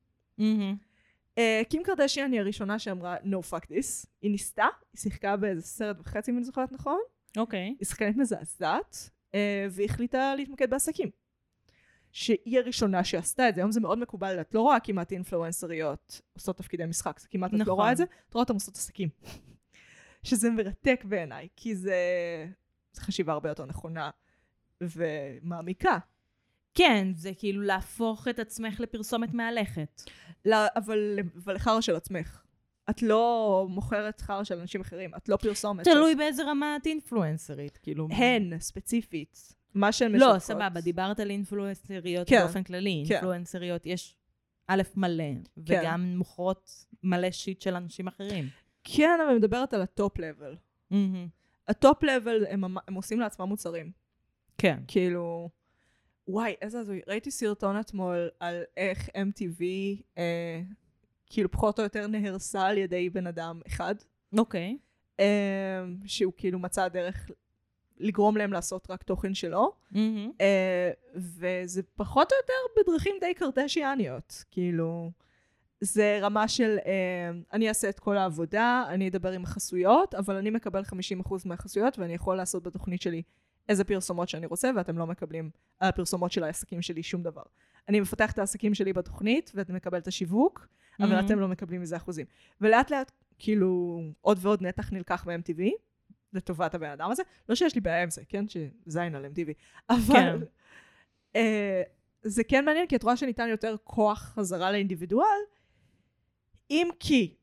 S1: קים קרדשיאן היא הראשונה שאמרה no fuck this. היא ניסתה, היא שיחקה באיזה סרט וחצי, אם אני זוכרת נכון.
S2: אוקיי.
S1: היא שחקנית מזעזעת, והיא החליטה להתמקד בעסקים. שהיא הראשונה שעשתה את זה. היום זה מאוד מקובל, את לא רואה כמעט אינפלואנסריות עושות תפקידי משחק, זה כמעט נכון. את לא רואה את זה, את רואה אותם עושות עסקים. שזה מרתק בעיניי, כי זה, זה חשיבה הרבה יותר נכונה ומעמיקה.
S2: כן, זה כאילו להפוך את עצמך לפרסומת מהלכת.
S1: לא, אבל, אבל לחר של עצמך. את לא מוכרת חר של אנשים אחרים, את לא פרסומת.
S2: תלוי של... באיזה רמה את אינפלואנסרית, כאילו.
S1: הן, ספציפית. מה שהן משתפות.
S2: לא, סבבה, דיברת על אינפלואנסריות
S1: כן.
S2: באופן כללי.
S1: כן.
S2: אינפלואנסריות יש א' מלא,
S1: כן.
S2: וגם מוכרות מלא שיט של אנשים אחרים.
S1: כן, אבל אני מדברת על הטופ לבל.
S2: Mm-hmm.
S1: הטופ לבל, הם, הם עושים לעצמם מוצרים.
S2: כן.
S1: כאילו, וואי, איזה הזוי. ראיתי סרטון אתמול על איך אם טי וי, אה, כאילו פחות או יותר נהרסה על ידי בן אדם אחד.
S2: אוקיי.
S1: אה, שהוא כאילו מצא דרך לגרום להם לעשות רק תוכן שלו.
S2: Mm-hmm.
S1: אה, וזה פחות או יותר בדרכים די קרדשיאניות. כאילו, זה רמה של, אה, אני אעשה את כל העבודה, אני אדבר עם החסויות, אבל אני מקבל חמישים אחוז מהחסויות, ואני יכול לעשות בתוכנית שלי איזה פרסומות שאני רוצה, ואתם לא מקבלים על הפרסומות של העסקים שלי שום דבר. אני מפתח את העסקים שלי בתוכנית, ואתם מקבל את השיווק, אבל
S2: Mm-hmm.
S1: אתם לא מקבלים מזה אחוזים. ולאט לאט, כאילו, עוד ועוד נתח נלקח מ-אם טי וי, לטובת הבן אדם הזה. לא שיש לי בעיה עם זה, כן? שזין על אם טי וי. אבל
S2: כן.
S1: אה, זה כן מעניין, כי את רואה שניתן יותר כוח חזרה לאינדיבידואל, אם כי,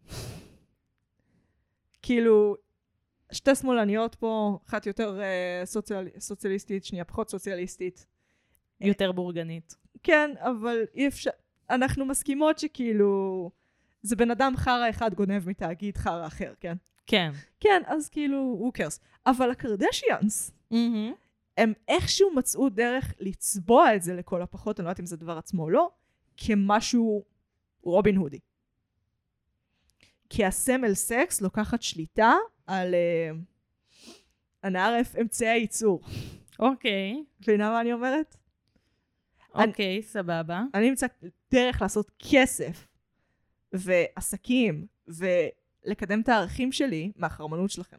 S1: כאילו, שתי שמאלניות פה, אחת יותר uh, סוציאל, סוציאליסטית, שנייה פחות סוציאליסטית.
S2: יותר בורגנית.
S1: כן, אבל אי אפשר, אנחנו מסכימות שכאילו, זה בן אדם חרה אחד גונב מתאגיד חרה אחר, כן?
S2: כן.
S1: כן, אז כאילו, who cares. אבל הקרדשיאנס,
S2: Mm-hmm.
S1: הם איכשהו מצאו דרך לצבוע את זה לכל הפחות, אני לא יודעת אם זה דבר עצמו או לא, כמשהו רובין הודי. כי הסמל סקס לוקחת שליטה על uh, הנערף אמצעי הייצור.
S2: אוקיי.
S1: מבינה מה אני אומרת?
S2: אוקיי, סבבה.
S1: אני אמצא דרך לעשות כסף ועסקים ולקדם את הערכים שלי מהחרמנות שלכם.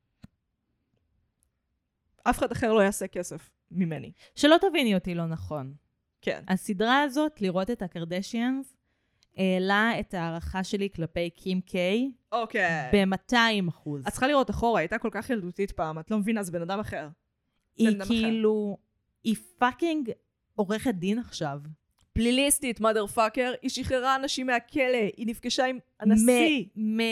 S1: אף אחד אחר לא יעשה כסף ממני.
S2: שלא תביני אותי לא נכון.
S1: כן.
S2: הסדרה הזאת, לראות את הקרדשיאנס, העלה את הערכה שלי כלפי קים קיי
S1: אוקיי.
S2: ב-מאתיים אחוז.
S1: את צריכה לראות אחורה, היא הייתה כל כך ילדותית פעם, את לא מבינה, זה בן אדם אחר.
S2: היא
S1: בן אדם אחר.
S2: כאילו, היא פאקינג עורכת דין עכשיו.
S1: פליליסטית, מדר פאקר, היא שחררה אנשים מהכלא, היא נפגשה עם הנשיא.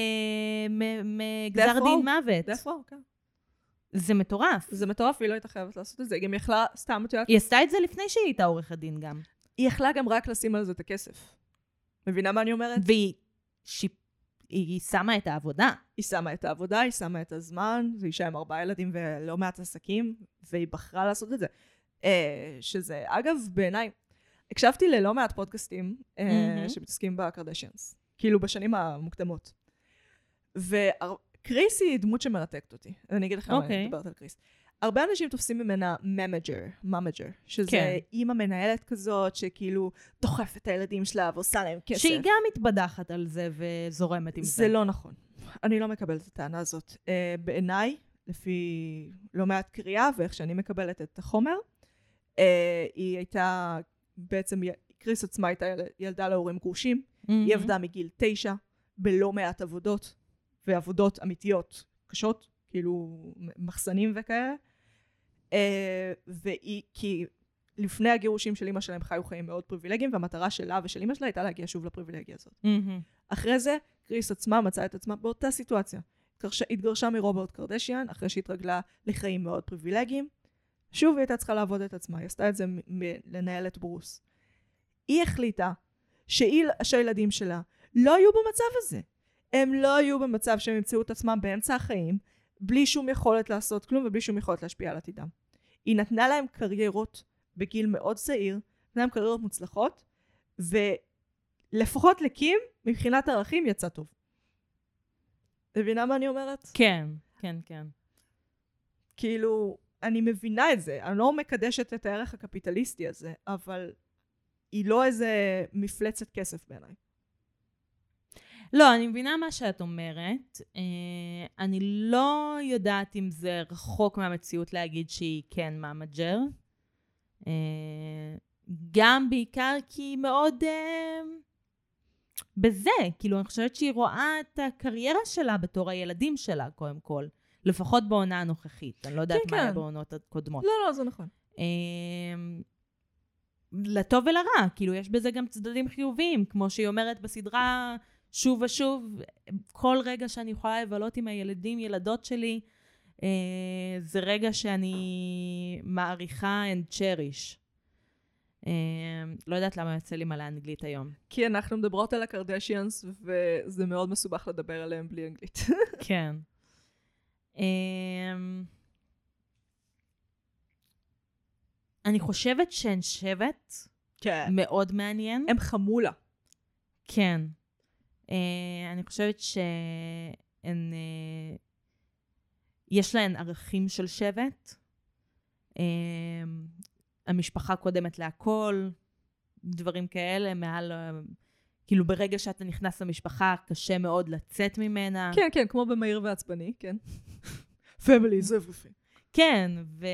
S2: מגזר
S1: Death
S2: דין
S1: Row.
S2: מוות.
S1: Death Row, כן.
S2: זה מטורף.
S1: זה מטורף, והיא לא הייתה חייבת לעשות את זה. היא גם יכלה, סתם, את יודעת,
S2: היא עשתה את זה לפני שהיא הייתה עורכת דין גם.
S1: היא יכלה גם רק לשים על זה את הכסף. מבינה מה אני אומרת?
S2: והיא שיפ... היא שמה את העבודה.
S1: היא שמה את העבודה, היא שמה את הזמן, זו אישה עם ארבעה ילדים ולא מעט עסקים, והיא בחרה לעשות את זה. אה, שזה, אגב, בעיניי, הקשבתי ללא מעט פודקאסטים אה,
S2: Mhm.
S1: שמתעסקים בקרדשיאנס, כאילו בשנים המוקדמות. וקריס היא דמות שמרתקת אותי. אני אגיד לכם,
S2: אוקיי.
S1: אני מדברת על קריס. הרבה אנשים תופסים ממנה ממג'ר, ממג'ר, שזה
S2: כן.
S1: אימא מנהלת כזאת, שכאילו דוחפת את הילדים שלה ועושה להם כסף.
S2: שהיא גם מתבדחת על זה וזורמת עם זה.
S1: זה לא נכון. אני לא מקבלת את הטענה הזאת. Uh, בעיניי, לפי לא מעט קריאה ואיך שאני מקבלת את החומר, uh, היא הייתה, בעצם, קריס עצמה הייתה יל, ילדה להורים גרושים,
S2: Mhm.
S1: היא עבדה מגיל תשע, בלא מעט עבודות, ועבודות אמיתיות, קשות, כאילו מחסנים וכאלה, uh, והיא, כי לפני הגירושים של אמא שלהם חיו חיים מאוד פריבילגיים, והמטרה שלה ושל אמא שלה הייתה להגיע שוב לפריבילגיה הזאת.
S2: Mhm.
S1: אחרי זה, קריס עצמה מצאה את עצמה באותה סיטואציה. התגרשה, התגרשה מרוברט קרדשיאן, אחרי שהתרגלה לחיים מאוד פריבילגיים. שוב היא הייתה צריכה לעבוד את עצמה, היא עשתה את זה מ- מ- לנהל את ברוס. היא החליטה שהיא, שהילדים שלה לא היו במצב הזה. הם לא היו במצב שהם ימצאו את עצמם באמצע החיים, בלי שום יכולת לעשות כלום ובלי שום יכולת להשפיע על עתידם. היא נתנה להם קריירות בגיל מאוד צעיר, נתנה להם קריירות מוצלחות, ולפחות לקים, מבחינת ערכים, יצא טוב. מבינה מה אני אומרת?
S2: כן, כן, כן.
S1: כאילו, אני מבינה את זה, אני לא מקדשת את הערך הקפיטליסטי הזה, אבל היא לא איזה מפלצת כסף בעיניי.
S2: לא, אני מבינה מה שאת אומרת. אה, אני לא יודעת אם זה רחוק מהמציאות להגיד שהיא כן ממג'ר. אה, גם בעיקר כי היא מאוד אה, בזה. כאילו, אני חושבת שהיא רואה את הקריירה שלה בתור הילדים שלה, קודם כל. לפחות בעונה הנוכחית. אני לא יודעת
S1: כן,
S2: מה היה
S1: כן.
S2: בעונות הקודמות.
S1: לא, לא, זה נכון.
S2: אה, לטוב ולרע, כאילו יש בזה גם צדדים חיוביים, כמו שהיא אומרת בסדרה שוב ושוב, כל רגע שאני יכולה לבלות עם הילדים, ילדות שלי, אה, זה רגע שאני מעריכה and cherish. אה, לא יודעת למה יוצא לי מלא אנגלית היום.
S1: כי אנחנו מדברות על הקרדשיאנס, וזה מאוד מסובך לדבר עליהם בלי אנגלית.
S2: כן. אה, אני חושבת שהן שבט
S1: כן.
S2: מאוד מעניין.
S1: הם חמולה.
S2: כן. Uh, אני חושבת שהן... Uh, יש להן ערכים של שבט, המשפחה קודמת להכל, דברים כאלה, מעל, כאילו ברגע שאתה נכנס למשפחה, קשה מאוד לצאת ממנה.
S1: כן, כן, כמו במהיר ועצבני, כן. Family is everything.
S2: כן,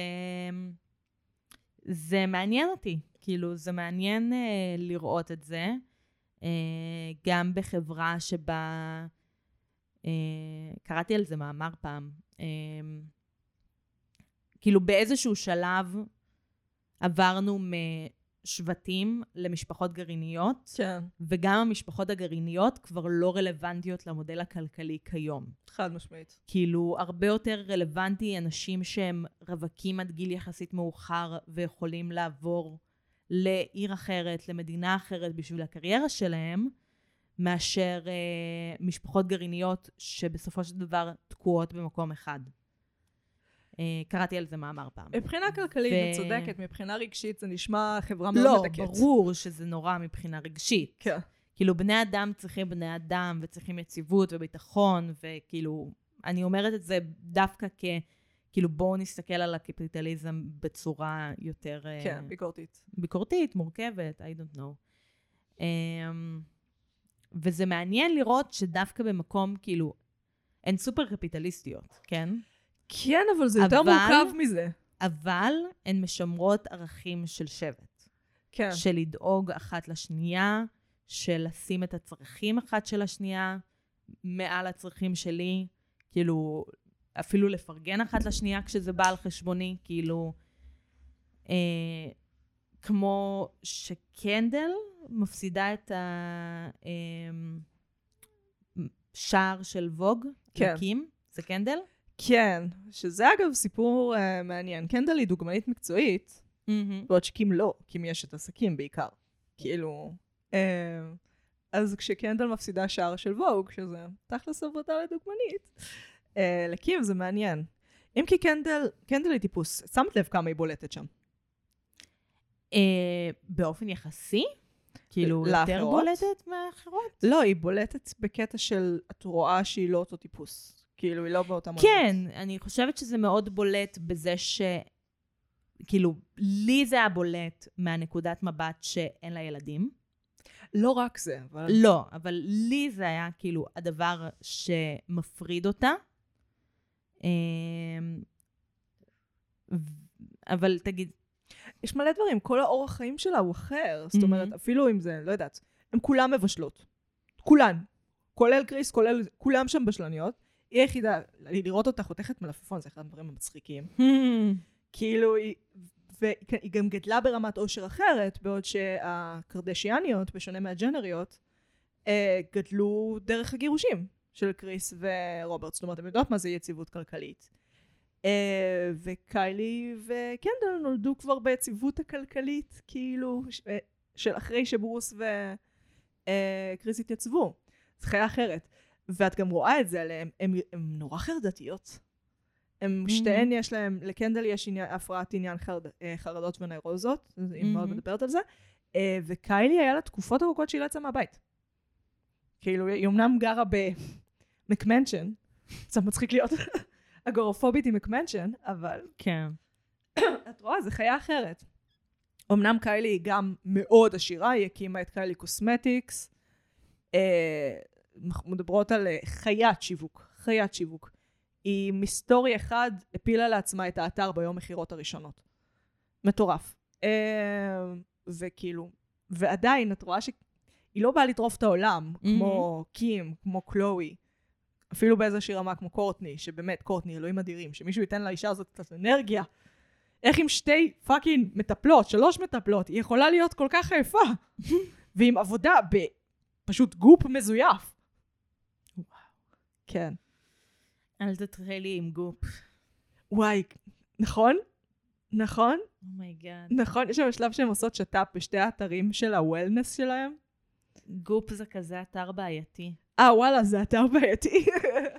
S2: וזה מעניין אותי, כאילו זה מעניין uh, לראות את זה, uh, גם בחברה שבה, uh, קראתי על זה מאמר פעם, uh, כאילו באיזשהו שלב עברנו משבטים למשפחות גרעיניות,
S1: כן.
S2: וגם המשפחות הגרעיניות כבר לא רלוונטיות למודל הכלכלי כיום.
S1: חד משמעית.
S2: כאילו, הרבה יותר רלוונטי אנשים שהם רווקים עד גיל יחסית מאוחר, ויכולים לעבור לעיר אחרת, למדינה אחרת בשביל הקריירה שלהם, מאשר אה, משפחות גרעיניות שבסופו של דבר תקועות במקום אחד. אה, קראתי על זה מאמר פעם.
S1: מבחינה כלכלית
S2: ו...
S1: את צודקת, מבחינה רגשית זה נשמע חברה מאוד
S2: לא,
S1: מדכאת.
S2: ברור שזה נורא מבחינה רגשית.
S1: כן.
S2: כאילו, בני אדם צריכים בני אדם, וצריכים יציבות וביטחון, וכאילו, אני אומרת את זה דווקא כ... כאילו, בואו נסתכל על הקפיטליזם בצורה יותר...
S1: כן, uh, ביקורתית.
S2: ביקורתית, מורכבת, I don't know. Um, וזה מעניין לראות שדווקא במקום, כאילו, הן סופר קפיטליסטיות, כן?
S1: כן, אבל זה יותר
S2: אבל,
S1: מורכב מזה.
S2: אבל הן משמרות ערכים של שבט.
S1: כן.
S2: של לדאוג אחת לשנייה, של לשים את הצרכים אחת של השנייה, מעל הצרכים שלי, כאילו, אפילו לפרגן אחת לשנייה כשזה בא על חשבוני, כאילו, אה, כמו שקנדל מפסידה את השער של ווג,
S1: כן.
S2: לקים, זה קנדל?
S1: כן, שזה אגב סיפור uh, מעניין. קנדל היא דוגמנית מקצועית,
S2: Mm-hmm.
S1: בעוד שקים לא, קים יש את עסקים בעיקר. כאילו, uh, אז כשקנדל מפסידה שער של ווג, שזה תכלס עבודה לדוגמנית, uh, לקים זה מעניין. אם כי קנדל, קנדל היא טיפוס, שמת לב כמה היא בולטת שם?
S2: Uh, באופן יחסי? כאילו,
S1: לאחרות?
S2: יותר בולטת מהאחרות?
S1: לא, היא בולטת בקטע של, את רואה שהיא לא אותו טיפוס. כאילו, היא לא באותה מודות.
S2: כן, אני חושבת שזה מאוד בולט בזה ש... כאילו, לי זה היה בולט מהנקודת מבט שאין לה ילדים.
S1: לא רק זה, אבל...
S2: לא, אבל לי זה היה כאילו הדבר שמפריד אותה. אבל תגיד...
S1: יש מלא דברים, כל האורח חיים שלה הוא אחר. זאת אומרת, אפילו אם זה, לא יודעת, הם כולם מבשלות. כולן. כולל קריס, כולל... כולם שם בשלניות. היא היחידה, לראות אותה חותכת מלפפון, זה אחד הדברים המצחיקים. כאילו, היא, והיא גם גדלה ברמת עושר אחרת, בעוד שהקרדשיאניות, בשונה מהג'נריות, גדלו דרך הגירושים של קריס ורוברט. זאת אומרת, הם יודעות מה זה יציבות כלכלית. וקיילי וקנדל נולדו כבר ביציבות הכלכלית, כאילו, של אחרי שברוס וקריס התייצבו. זה חיה אחרת. ואת גם רואה את זה עליהם, הם, הם נורא חרדתיות. הם mm-hmm. שתיהן יש להם, לקנדל יש עניין, הפרעת עניין חרד, חרדות ונוירוזות, mm-hmm. היא מאוד מדברת על זה, וקיילי היה לה תקופות ארוכות שהיא לא יצאה מהבית. כאילו, היא אמנם גרה במקמנשן, קצת מצחיק להיות אגורופובית עם מקמנשן, אבל...
S2: כן.
S1: את רואה, זה חיה אחרת. אמנם קיילי היא גם מאוד עשירה, היא הקימה את קיילי קוסמטיקס, אה... מדברות על חיית שיווק, חיית שיווק. היא מסטורי אחד הפילה לעצמה את האתר ביום מחירות הראשונות. מטורף. וכאילו, ועדיין את רואה שהיא לא באה לטרוף את העולם, כמו קים, כמו קלואי, אפילו באיזושהי רמה כמו קורטני, שבאמת קורטני, אלוהים אדירים, שמישהו ייתן לאישה הזאת קצת אנרגיה. איך עם שתי פאקינג מטפלות, שלוש מטפלות, היא יכולה להיות כל כך יפה, ועם עבודה בפשוט גופ מזויף. כן.
S2: אל תתחיל לי עם גופ.
S1: וואי, נכון? נכון?
S2: אומייגאד.
S1: נכון, יש שם שלב שהם עושות שטאפ בשתי האתרים של הוולנס שלהם.
S2: גופ זה כזה אתר בעייתי.
S1: אה, וואלה, זה אתר בעייתי.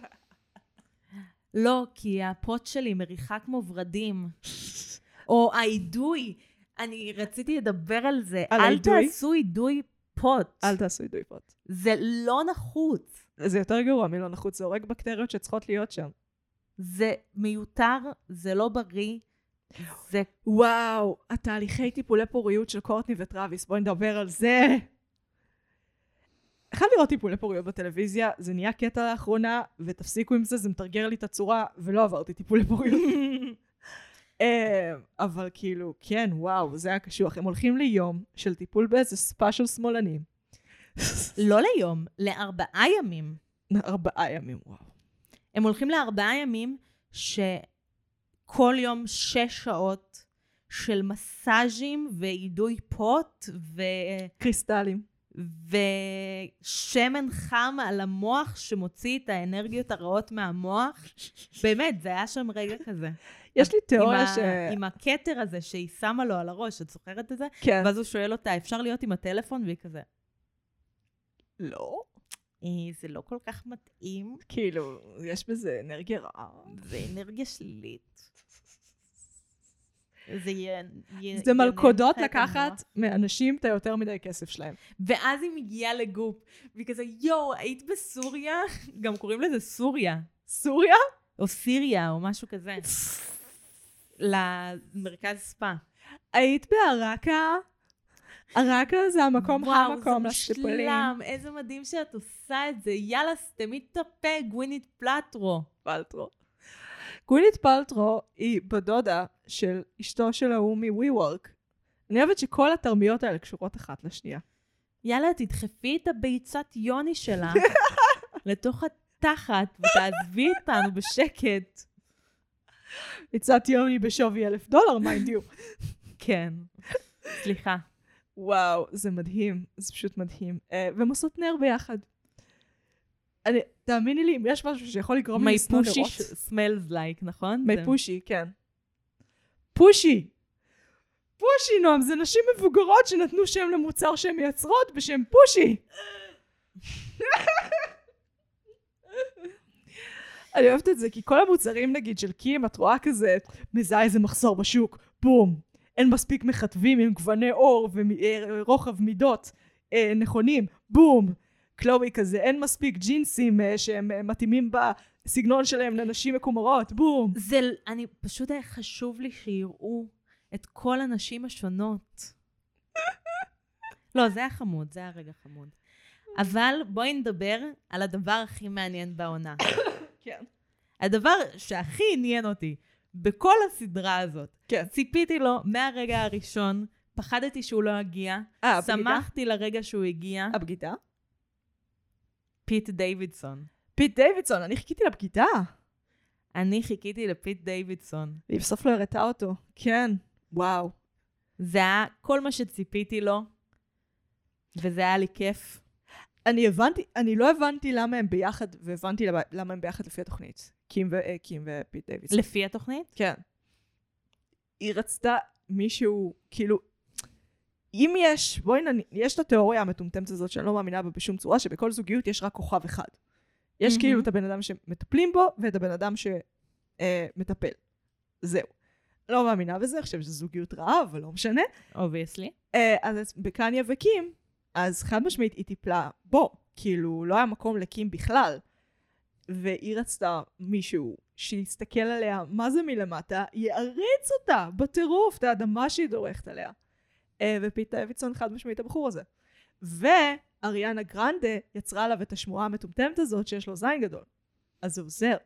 S2: לא, כי הפוט שלי מריחה כמו ורדים. או האידוי. אני רציתי לדבר על זה.
S1: על
S2: אל
S1: האידוי?
S2: תעשו אידוי פוט.
S1: אל תעשו אידוי פוט.
S2: זה לא נחוץ.
S1: זה יותר גרוע מלא נחוץ, זה הורג בקטריות שצריכות להיות שם.
S2: זה מיותר, זה לא בריא, זה...
S1: וואו, התהליכי טיפולי פוריות של קורטני וטרוויס, בואי נדבר על זה. אחד לראות טיפולי פוריות בטלוויזיה, זה נהיה קטע לאחרונה, ותפסיקו עם זה, זה מתרגר לי את הצורה, ולא עברתי טיפולי פוריות. אבל כאילו, כן, וואו, זה היה קשוח. הם הולכים ליום של טיפול באיזה ספה של שמאלנים.
S2: לא ליום, לארבעה ימים.
S1: ארבעה ימים, וואו.
S2: הם הולכים לארבעה ימים שכל יום שש שעות של מסאז'ים ועידוי פוט ו...
S1: קריסטלים.
S2: ושמן חם על המוח שמוציא את האנרגיות הרעות מהמוח. באמת, זה היה שם רגע כזה.
S1: יש לי תיאוריה
S2: עם
S1: ש...
S2: ה... עם הכתר הזה שהיא שמה לו על הראש, את זוכרת את זה?
S1: כן.
S2: ואז הוא שואל אותה, אפשר להיות עם הטלפון? והיא כזה,
S1: לא.
S2: אה, זה לא כל כך מתאים.
S1: כאילו, יש בזה אנרגיה רעה.
S2: זה אנרגיה שלילית. זה י... י...
S1: זה מלכודות
S2: ינח את המוח.
S1: לקחת מאנשים את היותר מדי כסף שלהם.
S2: ואז היא מגיעה לגוף, והיא כזה, יואו, היית בסוריה? גם קוראים לזה סוריה.
S1: סוריה?
S2: או סיריה, או משהו כזה. למרכז ספה.
S1: היית בערקה? ערקה זה המקום,
S2: וואו,
S1: המקום
S2: זה
S1: לשטיפולים.
S2: משלם, איזה מדהים שאת עושה את זה. יאללה, סתמי את הפה, גווינית פלטרו.
S1: פלטרו. גווינית פלטרו היא בדודה של אשתו של ההוא מווי-וורק. אני אוהבת שכל התרמיות האלה קשורות אחת לשנייה.
S2: יאללה, תדחפי את הביצת יוני שלה לתוך התחת, ותעזבי אותנו בשקט.
S1: ביצת יוני בשווי אלף דולר, מיינד יו.
S2: כן. סליחה.
S1: וואו, זה מדהים. זה פשוט מדהים. Uh, והם עושות נר ביחד. אני, תאמיני לי, אם יש משהו שיכול לגרום לי לשנוא נרות.
S2: My pushy smells like, נכון?
S1: מי פושי, כן. פושי. פושי, נועם, זה נשים מבוגרות שנתנו שם למוצר שהן מייצרות בשם פושי. אני אוהבת את זה, כי כל המוצרים, נגיד, של קים, את רואה כזה, מזהה איזה מחסור בשוק, בום. אין מספיק מכתבים עם גווני אור ורוחב מידות אה, נכונים, בום. קלואי כזה, אין מספיק ג'ינסים אה, שהם אה, מתאימים בסגנון שלהם לנשים מקומרות, בום.
S2: זה, אני, פשוט היה חשוב לי שיראו את כל הנשים השונות. לא, זה היה חמוד, זה היה רגע חמוד. אבל בואי נדבר על הדבר הכי מעניין בעונה.
S1: כן.
S2: הדבר שהכי עניין אותי בכל הסדרה הזאת.
S1: כן.
S2: ציפיתי לו מהרגע הראשון, פחדתי שהוא לא הגיע,
S1: אה,
S2: שמחתי לרגע שהוא הגיע.
S1: הבגידה?
S2: פיט דיווידסון.
S1: פיט דיווידסון, אני חיכיתי לבגידה.
S2: אני חיכיתי לפיט דיווידסון.
S1: והיא בסוף לא הראתה אותו. כן, וואו.
S2: זה היה כל מה שציפיתי לו, וזה היה לי כיף.
S1: אני הבנתי, אני לא הבנתי למה הם ביחד, והבנתי למה הם ביחד לפי התוכנית. קים, ו, קים ופיט דיווידסון.
S2: לפי התוכנית?
S1: כן. היא רצתה מישהו, כאילו, אם יש, בואי נ... יש את התיאוריה המטומטמת הזאת שאני לא מאמינה בה בשום צורה, שבכל זוגיות יש רק כוכב אחד. יש mm-hmm. כאילו את הבן אדם שמטפלים בו, ואת הבן אדם שמטפל. זהו. לא מאמינה בזה, אני חושב שזו זוגיות רעה, אבל לא משנה.
S2: Obviously.
S1: אז בקניה וקים, אז חד משמעית היא טיפלה בו, כאילו לא היה מקום לקים בכלל, והיא רצתה מישהו שיסתכל עליה, מה זה מלמטה, יעריץ אותה בטירוף, את האדמה שהיא דורכת עליה. ופיט דיווידסון חד משמעית הבחור הזה. ואריאנה גרנדה יצרה עליו את השמועה המטומטמת הזאת שיש לו זין גדול. אז זה עוזר.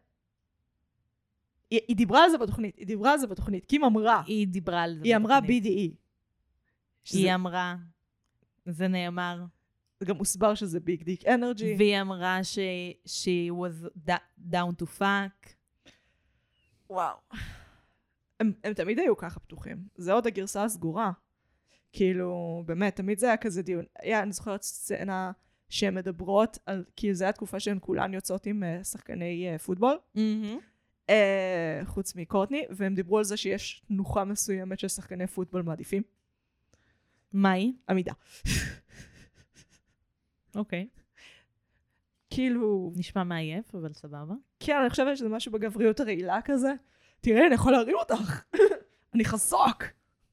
S1: היא, היא דיברה על זה בתוכנית, היא דיברה על זה בתוכנית, קים אמרה.
S2: היא דיברה על זה
S1: היא
S2: בתוכנית.
S1: אמרה בי די אי. שזה...
S2: היא אמרה, זה נאמר.
S1: זה גם מוסבר שזה ביג דיק אנרג'י.
S2: והיא אמרה ש... she was down to fuck.
S1: וואו. הם, הם תמיד היו ככה פתוחים. זה עוד הגרסה הסגורה. כאילו, באמת, תמיד זה היה כזה דיון. היה, אני זוכרת סצנה שהן מדברות על, כי זו הייתה תקופה שהן כולן יוצאות עם uh, שחקני uh, פוטבול.
S2: Mm-hmm.
S1: Uh, חוץ מקורטני, והם דיברו על זה שיש תנוחה מסוימת של שחקני פוטבול מעדיפים.
S2: מה היא?
S1: עמידה.
S2: אוקיי. Okay.
S1: כאילו...
S2: נשמע מעייף, אבל סבבה.
S1: כן, אני חושבת שזה משהו בגבריות הרעילה כזה. תראה, אני יכול להרים אותך. אני חזק.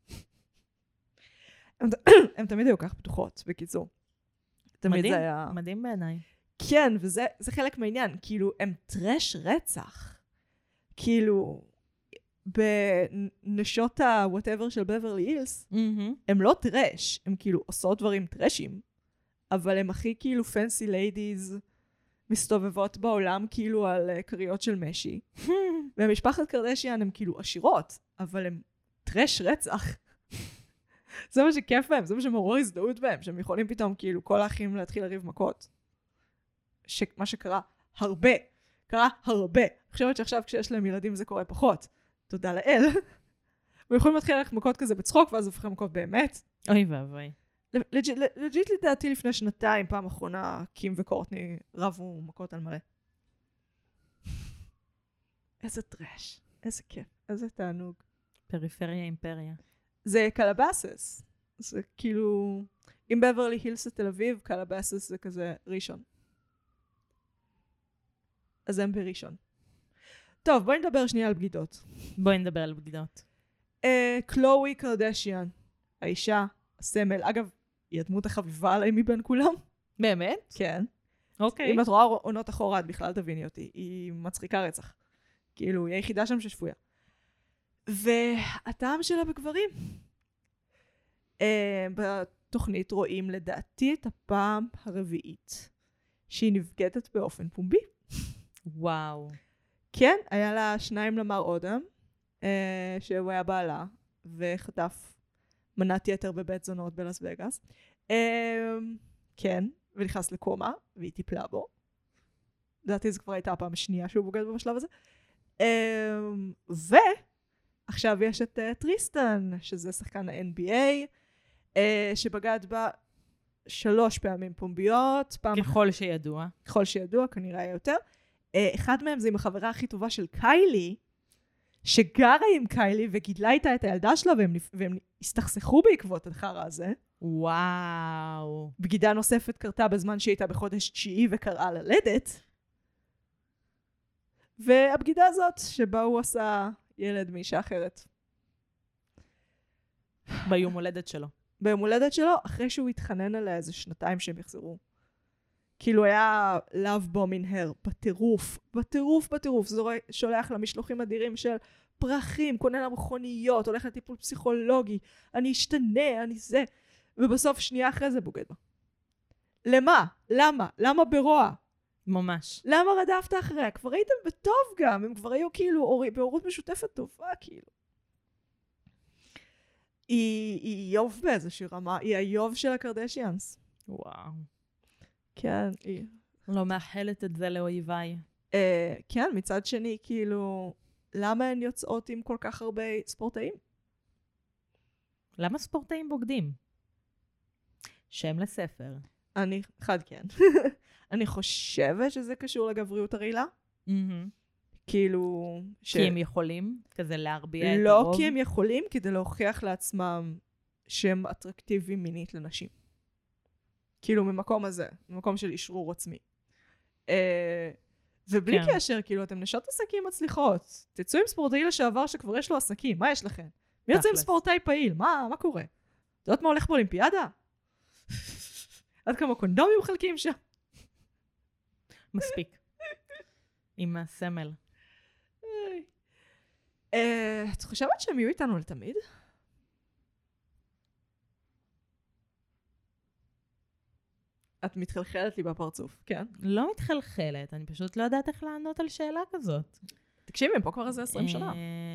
S1: הם, הם תמיד היו כך פתוחות, בקיצור. תמיד
S2: מדהים,
S1: זה היה...
S2: מדהים בעיניי.
S1: כן, וזה זה חלק מהעניין. כאילו, הם טרש רצח. כאילו, בנשות ה-whatever של בברלי הילס, הם לא טרש, הם כאילו עושות דברים טרשים, אבל הם הכי כאילו fancy ladies מסתובבות בעולם כאילו על קריות של משי. ומשפחת קרדשיאן הם כאילו עשירות, אבל הם טרש רצח. זה מה שכיף בהם, זה מה שמעורר הזדהות בהם, שהם יכולים פתאום כאילו כל האחים להתחיל לריב מכות. ש... מה שקרה הרבה, קרה הרבה. אני חושבת שעכשיו כשיש להם ילדים זה קורה פחות. תודה לאל. הם יכולים להתחיל ללכת מכות כזה בצחוק, ואז הופכים מכות באמת.
S2: אוי ואבוי.
S1: לג'יט לדעתי לפני שנתיים, פעם אחרונה, קים וקורטני רבו מכות על מלא. איזה טרש, איזה כיף, איזה תענוג.
S2: פריפריה אימפריה.
S1: זה קלבאסס. זה כאילו, אם בברלי הילס תל אביב, קלבאסס זה כזה ראשון. אז הם בראשון. טוב, בואי נדבר שנייה על בגידות.
S2: בואי נדבר על בגידות.
S1: קלואי קרדשיאן, האישה, הסמל. אגב, היא הדמות החביבה עליי מבין כולם.
S2: באמת?
S1: כן.
S2: אוקיי.
S1: אם את רואה עונות אחורה, את בכלל תביני אותי. היא מצחיקה רצח. כאילו, היא היחידה שם ששפויה. והטעם שלה בגברים. בתוכנית רואים לדעתי את הפעם הרביעית שהיא נבגדת באופן פומבי.
S2: וואו.
S1: כן, היה לה שניים למר אודם, אה, שהוא היה בעלה, וחטף מנת יתר בבית זונות בלס וגאס. אה, כן, ונכנס לקומה, והיא טיפלה בו. לדעתי זו כבר הייתה הפעם השנייה שהוא בוגד בו בשלב הזה. אה, ועכשיו יש את uh, טריסטן, שזה שחקן ה-אן בי איי, אה, שבגד בה שלוש פעמים פומביות. פעם
S2: ככל שידוע.
S1: ככל שידוע, כנראה יותר. אחד מהם זה עם החברה הכי טובה של קיילי, שגרה עם קיילי וגידלה איתה את הילדה שלה, והם, והם הסתכסכו בעקבות החרא הזה.
S2: וואו.
S1: בגידה נוספת קרתה בזמן שהיא הייתה בחודש תשיעי וקראה ללדת. והבגידה הזאת שבה הוא עשה ילד מאישה אחרת.
S2: ביום הולדת שלו.
S1: ביום הולדת שלו, אחרי שהוא התחנן עליה איזה שנתיים שהם יחזרו. כאילו היה love bomb in her, בטירוף, בטירוף, בטירוף, זו שולח לה משלוחים אדירים של פרחים, קונה לה מכוניות, הולך לטיפול פסיכולוגי, אני אשתנה, אני זה, ובסוף שנייה אחרי זה בוגד בה. למה? למה? למה ברוע?
S2: ממש.
S1: למה רדפת אחריה? כבר הייתם בטוב גם, הם כבר היו כאילו בהורות משותפת טובה, כאילו. היא, היא איוב באיזושהי רמה, היא האיוב של הקרדשיאנס.
S2: וואו.
S1: כן, היא...
S2: לא מאחלת את זה לאויביי.
S1: אה, כן, מצד שני, כאילו, למה הן יוצאות עם כל כך הרבה ספורטאים?
S2: למה ספורטאים בוגדים? שם לספר.
S1: אני, אחד כן. אני חושבת שזה קשור לגבריות הרעילה.
S2: Mm-hmm.
S1: כאילו... ש...
S2: כי הם יכולים כזה להרביע את
S1: לא
S2: הרוב?
S1: לא כי הם יכולים, כדי להוכיח לעצמם שהם אטרקטיביים מינית לנשים. כאילו ממקום הזה, ממקום של אישרור עצמי. אה, ובלי כן. קשר, כאילו אתם נשות עסקים מצליחות. תצאו עם ספורטאי לשעבר שכבר יש לו עסקים, מה יש לכם? מי יוצא עם ספורטאי פעיל? מה, מה קורה? אתה יודעת מה הולך באולימפיאדה? עד כמה קונדומים מחלקים שם?
S2: מספיק. עם הסמל.
S1: את חושבת שהם יהיו איתנו לתמיד? את מתחלחלת לי בפרצוף, כן?
S2: לא מתחלחלת, אני פשוט לא יודעת איך לענות על שאלה כזאת.
S1: תקשיבי, הם פה כבר איזה עשרים שנה.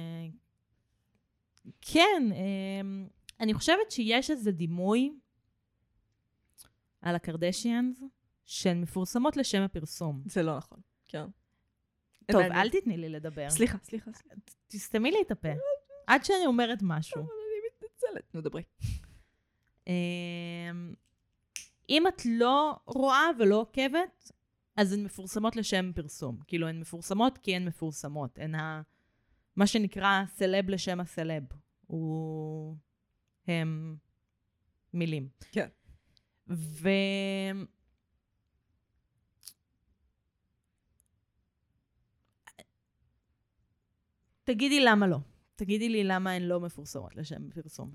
S2: כן, אני חושבת שיש איזה דימוי על הקרדשיאנס, שהן מפורסמות לשם הפרסום.
S1: זה לא נכון, כן.
S2: טוב, אל תתני לי לדבר.
S1: סליחה, סליחה.
S2: תסתמי לי את הפה. עד שאני אומרת משהו.
S1: אני מתנצלת. נו, דברי.
S2: אם את לא רואה ולא עוקבת, אז הן מפורסמות לשם פרסום. כאילו, הן מפורסמות כי הן מפורסמות. הן ה... מה שנקרא סלב לשם הסלב. הוא... הם מילים.
S1: כן.
S2: ו... תגידי למה לא. תגידי לי למה הן לא מפורסמות לשם פרסום.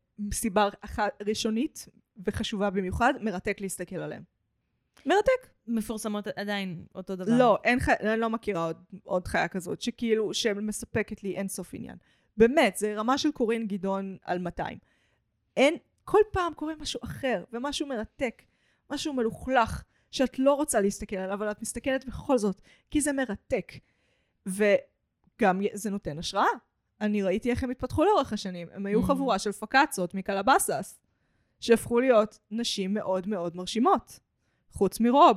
S1: סיבה אחת ראשונית וחשובה במיוחד, מרתק להסתכל עליהם. מרתק.
S2: מפורסמות עדיין אותו דבר.
S1: לא, אין חי... אני לא מכירה עוד, עוד חיה כזאת, שכאילו, שמספקת לי אין סוף עניין. באמת, זה רמה של קורין גדעון על מאתיים. אין, כל פעם קורה משהו אחר, ומשהו מרתק, משהו מלוכלך, שאת לא רוצה להסתכל עליו, אבל את מסתכלת בכל זאת, כי זה מרתק. וגם זה נותן השראה. אני ראיתי איך הם התפתחו לאורך השנים. הם היו חבורה של פקצות מקלבסס, שהפכו להיות נשים מאוד מאוד מרשימות. חוץ מרוב,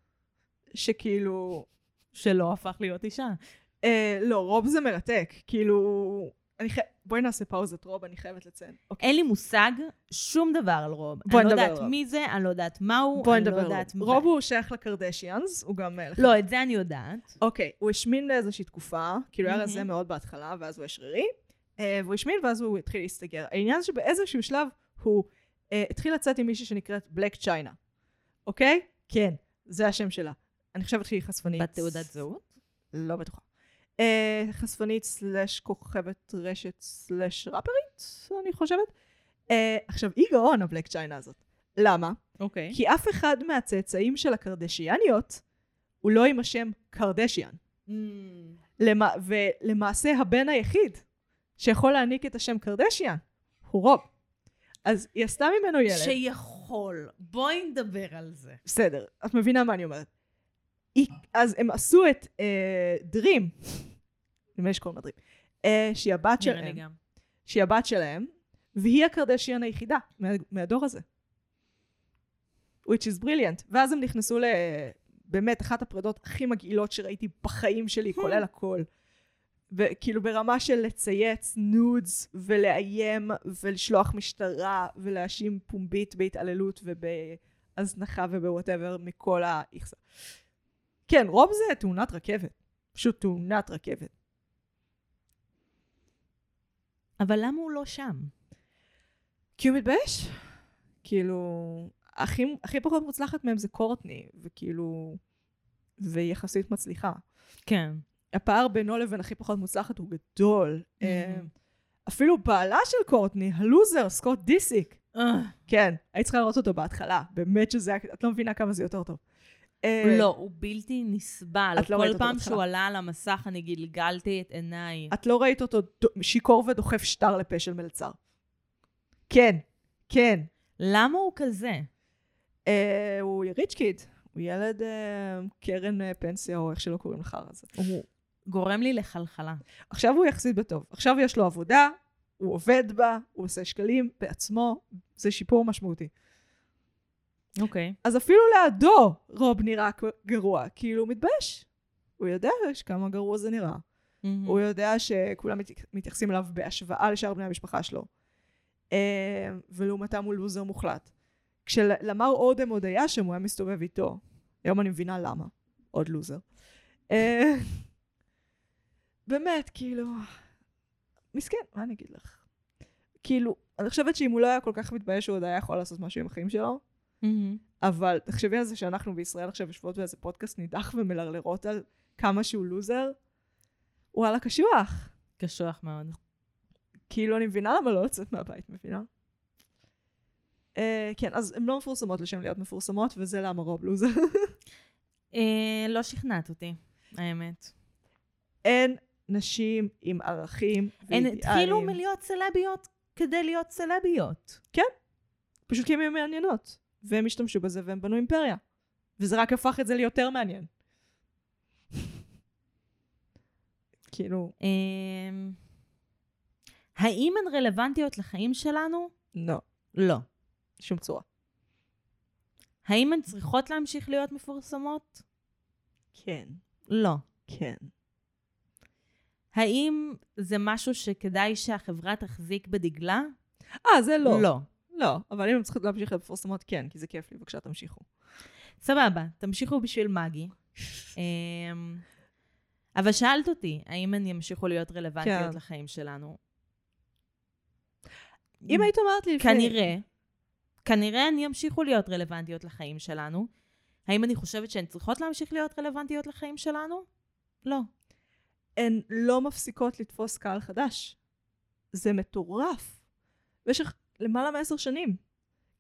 S1: שכאילו...
S2: שלא הפך להיות אישה.
S1: אה, לא, רוב זה מרתק. כאילו... אני חי... בואי נעשה פאוזת רוב, אני חייבת לציין. אוקיי.
S2: אין לי מושג שום דבר על רוב.
S1: בואי
S2: אני לא
S1: נדבר
S2: יודעת
S1: רוב.
S2: מי זה, אני לא יודעת מהו,
S1: בואי
S2: אני לא
S1: נדבר
S2: יודעת...
S1: רוב. רוב הוא שייך לקרדשיאנס, הוא גם מלך.
S2: לא, את זה אני יודעת.
S1: אוקיי, הוא השמין לאיזושהי תקופה, כאילו היה רזה מאוד בהתחלה, ואז הוא היה שרירי, אה, והוא השמין ואז הוא התחיל להסתגר. העניין זה שבאיזשהו שלב הוא אה, התחיל לצאת עם מישהי שנקראת בלק צ'יינה. אוקיי? כן, זה השם שלה. אני חושבת שהיא חשפנית.
S2: בתעודת זהות?
S1: לא בטוחה. Uh, חשפנית סלש כוכבת רשת סלש ראפרית, אני חושבת. Uh, עכשיו, היא גאון הבלק צ'יינה הזאת. למה?
S2: אוקיי.
S1: כי אף אחד מהצאצאים של הקרדשיאניות הוא לא עם השם קרדשיאן.
S2: Mm.
S1: למה, ולמעשה הבן היחיד שיכול להעניק את השם קרדשיאן הוא רוב. אז היא עשתה ממנו ילד.
S2: שיכול. בואי נדבר על זה.
S1: בסדר, את מבינה מה אני אומרת. היא, אז הם עשו את דרים, נראה לי שקוראים לה דרים, שהיא הבת שלהם, שהיא הבת שלהם, והיא הקרדשיאן היחידה מה, מהדור הזה. which is brilliant. ואז הם נכנסו לבאמת אחת הפרדות הכי מגעילות שראיתי בחיים שלי, כולל הכל. וכאילו ברמה של לצייץ נודס ולאיים ולשלוח משטרה ולהאשים פומבית בהתעללות ובהזנחה ובווטאבר מכל האיכסה. כן, רוב זה תאונת רכבת. פשוט תאונת רכבת.
S2: אבל למה הוא לא שם?
S1: כי הוא מתבייש. כאילו, הכי, הכי פחות מוצלחת מהם זה קורטני, וכאילו, ויחסית מצליחה.
S2: כן.
S1: הפער בינו לבין הכי פחות מוצלחת הוא גדול. Mm-hmm. אפילו בעלה של קורטני, הלוזר, סקוט דיסיק. Uh. כן, היית צריכה לראות אותו בהתחלה. באמת שזה, את לא מבינה כמה זה יותר טוב.
S2: לא, הוא בלתי נסבל. כל פעם שהוא עלה על המסך אני גלגלתי את עיניי.
S1: את לא ראית אותו שיקור ודוחף שטר לפה של מלצר. כן, כן.
S2: למה הוא כזה?
S1: הוא ריץ' קיד. הוא ילד קרן פנסיה, או איך שלא קוראים לך הזה.
S2: הוא גורם לי לחלחלה.
S1: עכשיו הוא יחסית בטוב. עכשיו יש לו עבודה, הוא עובד בה, הוא עושה שקלים בעצמו. זה שיפור משמעותי.
S2: אוקיי. Okay.
S1: אז אפילו לידו רוב נראה גרוע, כאילו הוא מתבייש. הוא יודע כמה גרוע זה נראה. Mm-hmm. הוא יודע שכולם מתייחסים אליו בהשוואה לשאר בני המשפחה שלו. ולעומתם הוא לוזר מוחלט. כשלמר אודם עוד היה שם, הוא היה מסתובב איתו. היום אני מבינה למה. עוד לוזר. באמת, כאילו... מסכן, מה אני אגיד לך? כאילו, אני חושבת שאם הוא לא היה כל כך מתבייש, הוא עוד היה יכול לעשות משהו עם החיים שלו. Mm-hmm. אבל תחשבי על זה שאנחנו בישראל עכשיו יושבות באיזה פודקאסט נידח ומלרלרות על כמה שהוא לוזר. וואלה, קשוח.
S2: קשוח מאוד.
S1: כאילו, אני מבינה למה לא לצאת מהבית, מבינה? Uh, כן, אז הן לא מפורסמות לשם להיות מפורסמות, וזה למה רוב לוזר.
S2: uh, לא שכנעת אותי, האמת.
S1: אין נשים עם ערכים ואידיאלים.
S2: הן התחילו מלהיות סלביות כדי להיות סלביות.
S1: כן, פשוט כי הן מעניינות. והם השתמשו בזה והם בנו אימפריה. וזה רק הפך את זה ליותר מעניין. כאילו...
S2: האם הן רלוונטיות לחיים שלנו?
S1: לא.
S2: לא.
S1: שום צורה.
S2: האם הן צריכות להמשיך להיות מפורסמות?
S1: כן.
S2: לא.
S1: כן.
S2: האם זה משהו שכדאי שהחברה תחזיק בדגלה?
S1: אה, זה לא.
S2: לא.
S1: לא, אבל אם הם צריכים להמשיך להיות מפורסמות, כן, כי זה כיף לי, בבקשה, תמשיכו.
S2: סבבה, תמשיכו בשביל מגי. אבל שאלת אותי, האם הן ימשיכו להיות רלוונטיות לחיים שלנו?
S1: אם היית אומרת לי...
S2: כנראה, כנראה הן ימשיכו להיות רלוונטיות לחיים שלנו. האם אני חושבת שהן צריכות להמשיך להיות רלוונטיות לחיים שלנו? לא.
S1: הן לא מפסיקות לתפוס קהל חדש. זה מטורף. במשך למעלה מעשר שנים.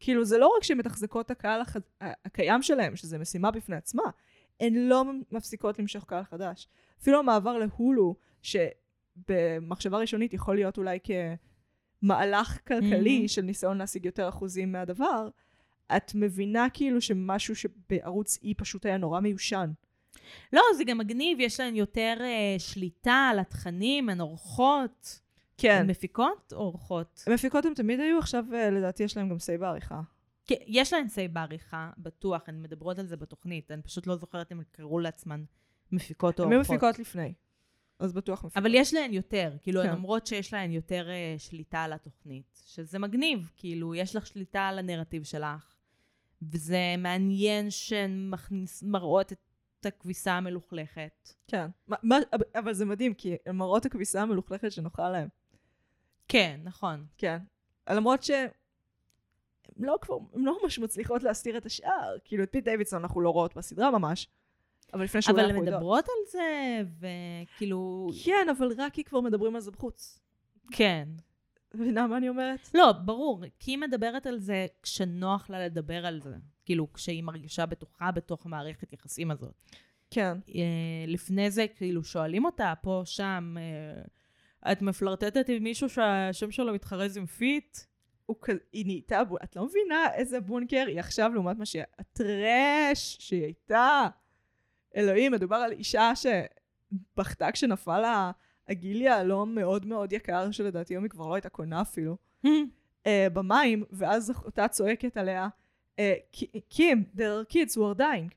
S1: כאילו, זה לא רק שהן מתחזקות הקהל הח... הקיים שלהם, שזה משימה בפני עצמה, הן לא מפסיקות למשוך קהל חדש. אפילו המעבר להולו, שבמחשבה ראשונית יכול להיות אולי כמהלך כלכלי mm-hmm. של ניסיון להשיג יותר אחוזים מהדבר, את מבינה כאילו שמשהו שבערוץ אי פשוט היה נורא מיושן.
S2: לא, זה גם מגניב, יש להן יותר uh, שליטה על התכנים, הן עורכות.
S1: כן.
S2: הן מפיקות או עורכות?
S1: מפיקות הן תמיד היו, עכשיו uh, לדעתי יש להן גם סי בעריכה.
S2: כן, יש להן סי בעריכה, בטוח, הן מדברות על זה בתוכנית, אני פשוט לא זוכרת אם קראו לעצמן מפיקות או עורכות.
S1: הן מפיקות לפני, אז בטוח מפיקות.
S2: אבל יש להן יותר, כאילו,
S1: כן.
S2: הן אומרות שיש להן יותר uh, שליטה על התוכנית, שזה מגניב, כאילו, יש לך שליטה על הנרטיב שלך, וזה מעניין שהן מכניס, מראות את הכביסה המלוכלכת.
S1: כן, מה, אבל זה מדהים, כי הן מראות הכביסה המלוכלכת שנוחה להם.
S2: כן, נכון.
S1: כן, למרות שהן לא, כבר, לא ממש מצליחות להסתיר את השאר, כאילו את פיט דיווידסון אנחנו לא רואות בסדרה ממש, אבל לפני שהוא
S2: אבל הן מדברות על זה, וכאילו...
S1: כן, אבל רק כי כבר מדברים על זה בחוץ.
S2: כן.
S1: מבינה מה אני אומרת?
S2: לא, ברור, כי היא מדברת על זה כשנוח לה לדבר על זה. כאילו, כשהיא מרגישה בטוחה בתוך המערכת יחסים הזאת.
S1: כן.
S2: לפני זה, כאילו, שואלים אותה, פה, שם, את מפלרטטת עם מישהו שהשם שלו מתחרז עם פיט?
S1: היא נהייתה, את לא מבינה איזה בונקר היא עכשיו לעומת מה שהיא, הטרש שהיא הייתה. אלוהים, מדובר על אישה שבכתה כשנפל לה הגילי הלא מאוד מאוד יקר, שלדעתי יום היא כבר לא הייתה קונה אפילו, במים, ואז אותה צועקת עליה, קים, there are kids who are dying.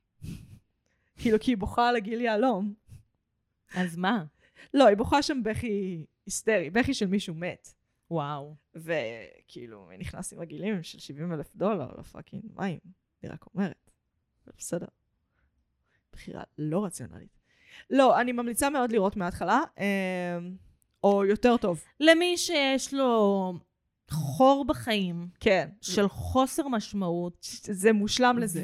S1: כאילו, כי היא בוכה על הגילי הלום.
S2: אז מה?
S1: לא, היא בוכה שם בכי היסטרי, בכי של מישהו מת.
S2: וואו.
S1: וכאילו, היא נכנס עם הגילים של שבעים אלף דולר לפאקינג מים, אני רק אומרת. בסדר. בחירה לא רציונלית. לא, אני ממליצה מאוד לראות מההתחלה, או יותר טוב.
S2: למי שיש לו חור בחיים,
S1: כן.
S2: של חוסר משמעות.
S1: זה מושלם לזה.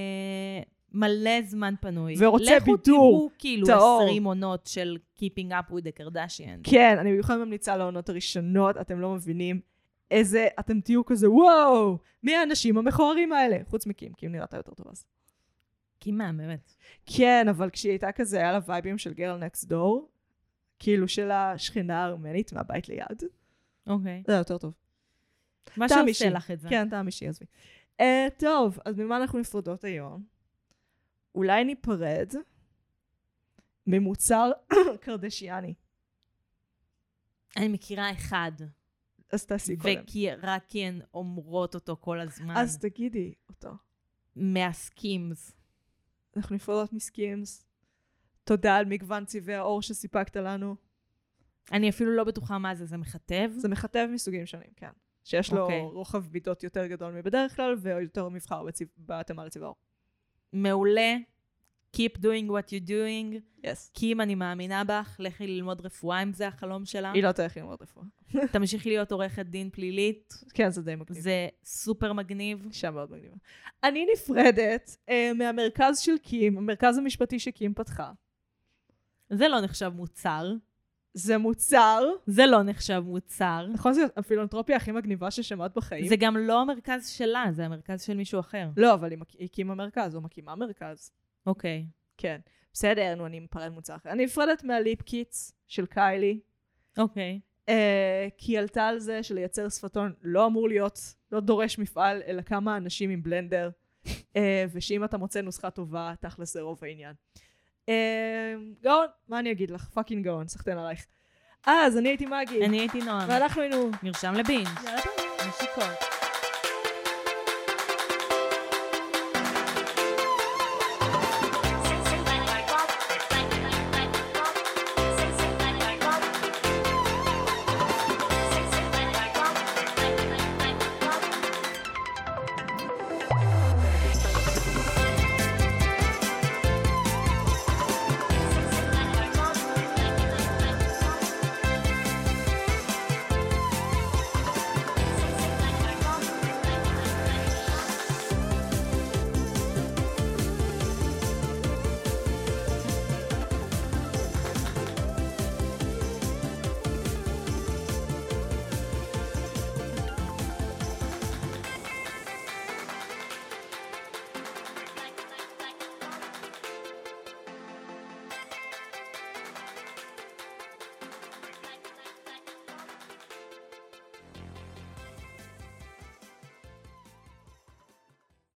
S2: ומלא זמן פנוי.
S1: ורוצה בידור.
S2: לכו תראו כאילו עשרים עונות של Keeping Up with the Kardashians.
S1: כן, אני במיוחד ממליצה לעונות הראשונות, אתם לא מבינים איזה, אתם תהיו כזה, וואו, מי האנשים המכוערים האלה? חוץ מקים, קים נראתה יותר טוב אז.
S2: קים מהממת.
S1: כן, אבל כשהיא הייתה כזה, היה לה וייבים של גרל נקסט דור, כאילו של השכנה הארמנית מהבית ליד.
S2: אוקיי.
S1: זה היה יותר טוב.
S2: מה שעושה לך את זה.
S1: כן, טעם אישי, עזבי. Uh, טוב, אז ממה אנחנו נפרדות היום? אולי ניפרד ממוצר קרדשיאני.
S2: אני מכירה אחד.
S1: אז תעשי קודם.
S2: ורק כי הן אומרות אותו כל הזמן.
S1: אז תגידי אותו.
S2: מהסקימס.
S1: אנחנו נפרדות מסקימס. תודה על מגוון צבעי האור שסיפקת לנו. אני
S2: אפילו לא בטוחה מה זה, זה מכתב?
S1: זה מכתב מסוגים שונים, כן. שיש לו okay. רוחב ביטות יותר גדול מבדרך כלל, ויותר מבחר בצבע, בתמה לצבע האור.
S2: מעולה. Keep doing what you're doing.
S1: Yes.
S2: קים, אני מאמינה בך. לכי ללמוד רפואה אם זה החלום שלה.
S1: היא לא תלך ללמוד רפואה.
S2: תמשיכי להיות עורכת דין פלילית.
S1: כן, זה די מגניב.
S2: זה סופר מגניב.
S1: אישה מאוד מגניבה. אני נפרדת אה, מהמרכז של קים, המרכז המשפטי שקים פתחה.
S2: זה לא נחשב מוצר. זה
S1: מוצר.
S2: זה לא נחשב מוצר.
S1: נכון, זה הפילנטרופיה הכי מגניבה ששמעת בחיים.
S2: זה גם לא המרכז שלה, זה המרכז של מישהו אחר.
S1: לא, אבל היא הקימה מרכז, או מקימה מרכז.
S2: אוקיי.
S1: כן. בסדר, נו, אני מפרד מוצר אחר. אני נפרדת מהליפ קיטס של קיילי.
S2: אוקיי.
S1: כי היא עלתה על זה שלייצר שפתון לא אמור להיות, לא דורש מפעל, אלא כמה אנשים עם בלנדר. ושאם אתה מוצא נוסחה טובה, תכלס זה רוב העניין. גאון, מה אני אגיד לך? פאקינג גאון, סחטן עלייך. אז אני הייתי מגי.
S2: אני הייתי נועם.
S1: ואנחנו היינו
S2: מרשם לבינג'.
S1: יאללה ביי.
S2: נשיקות.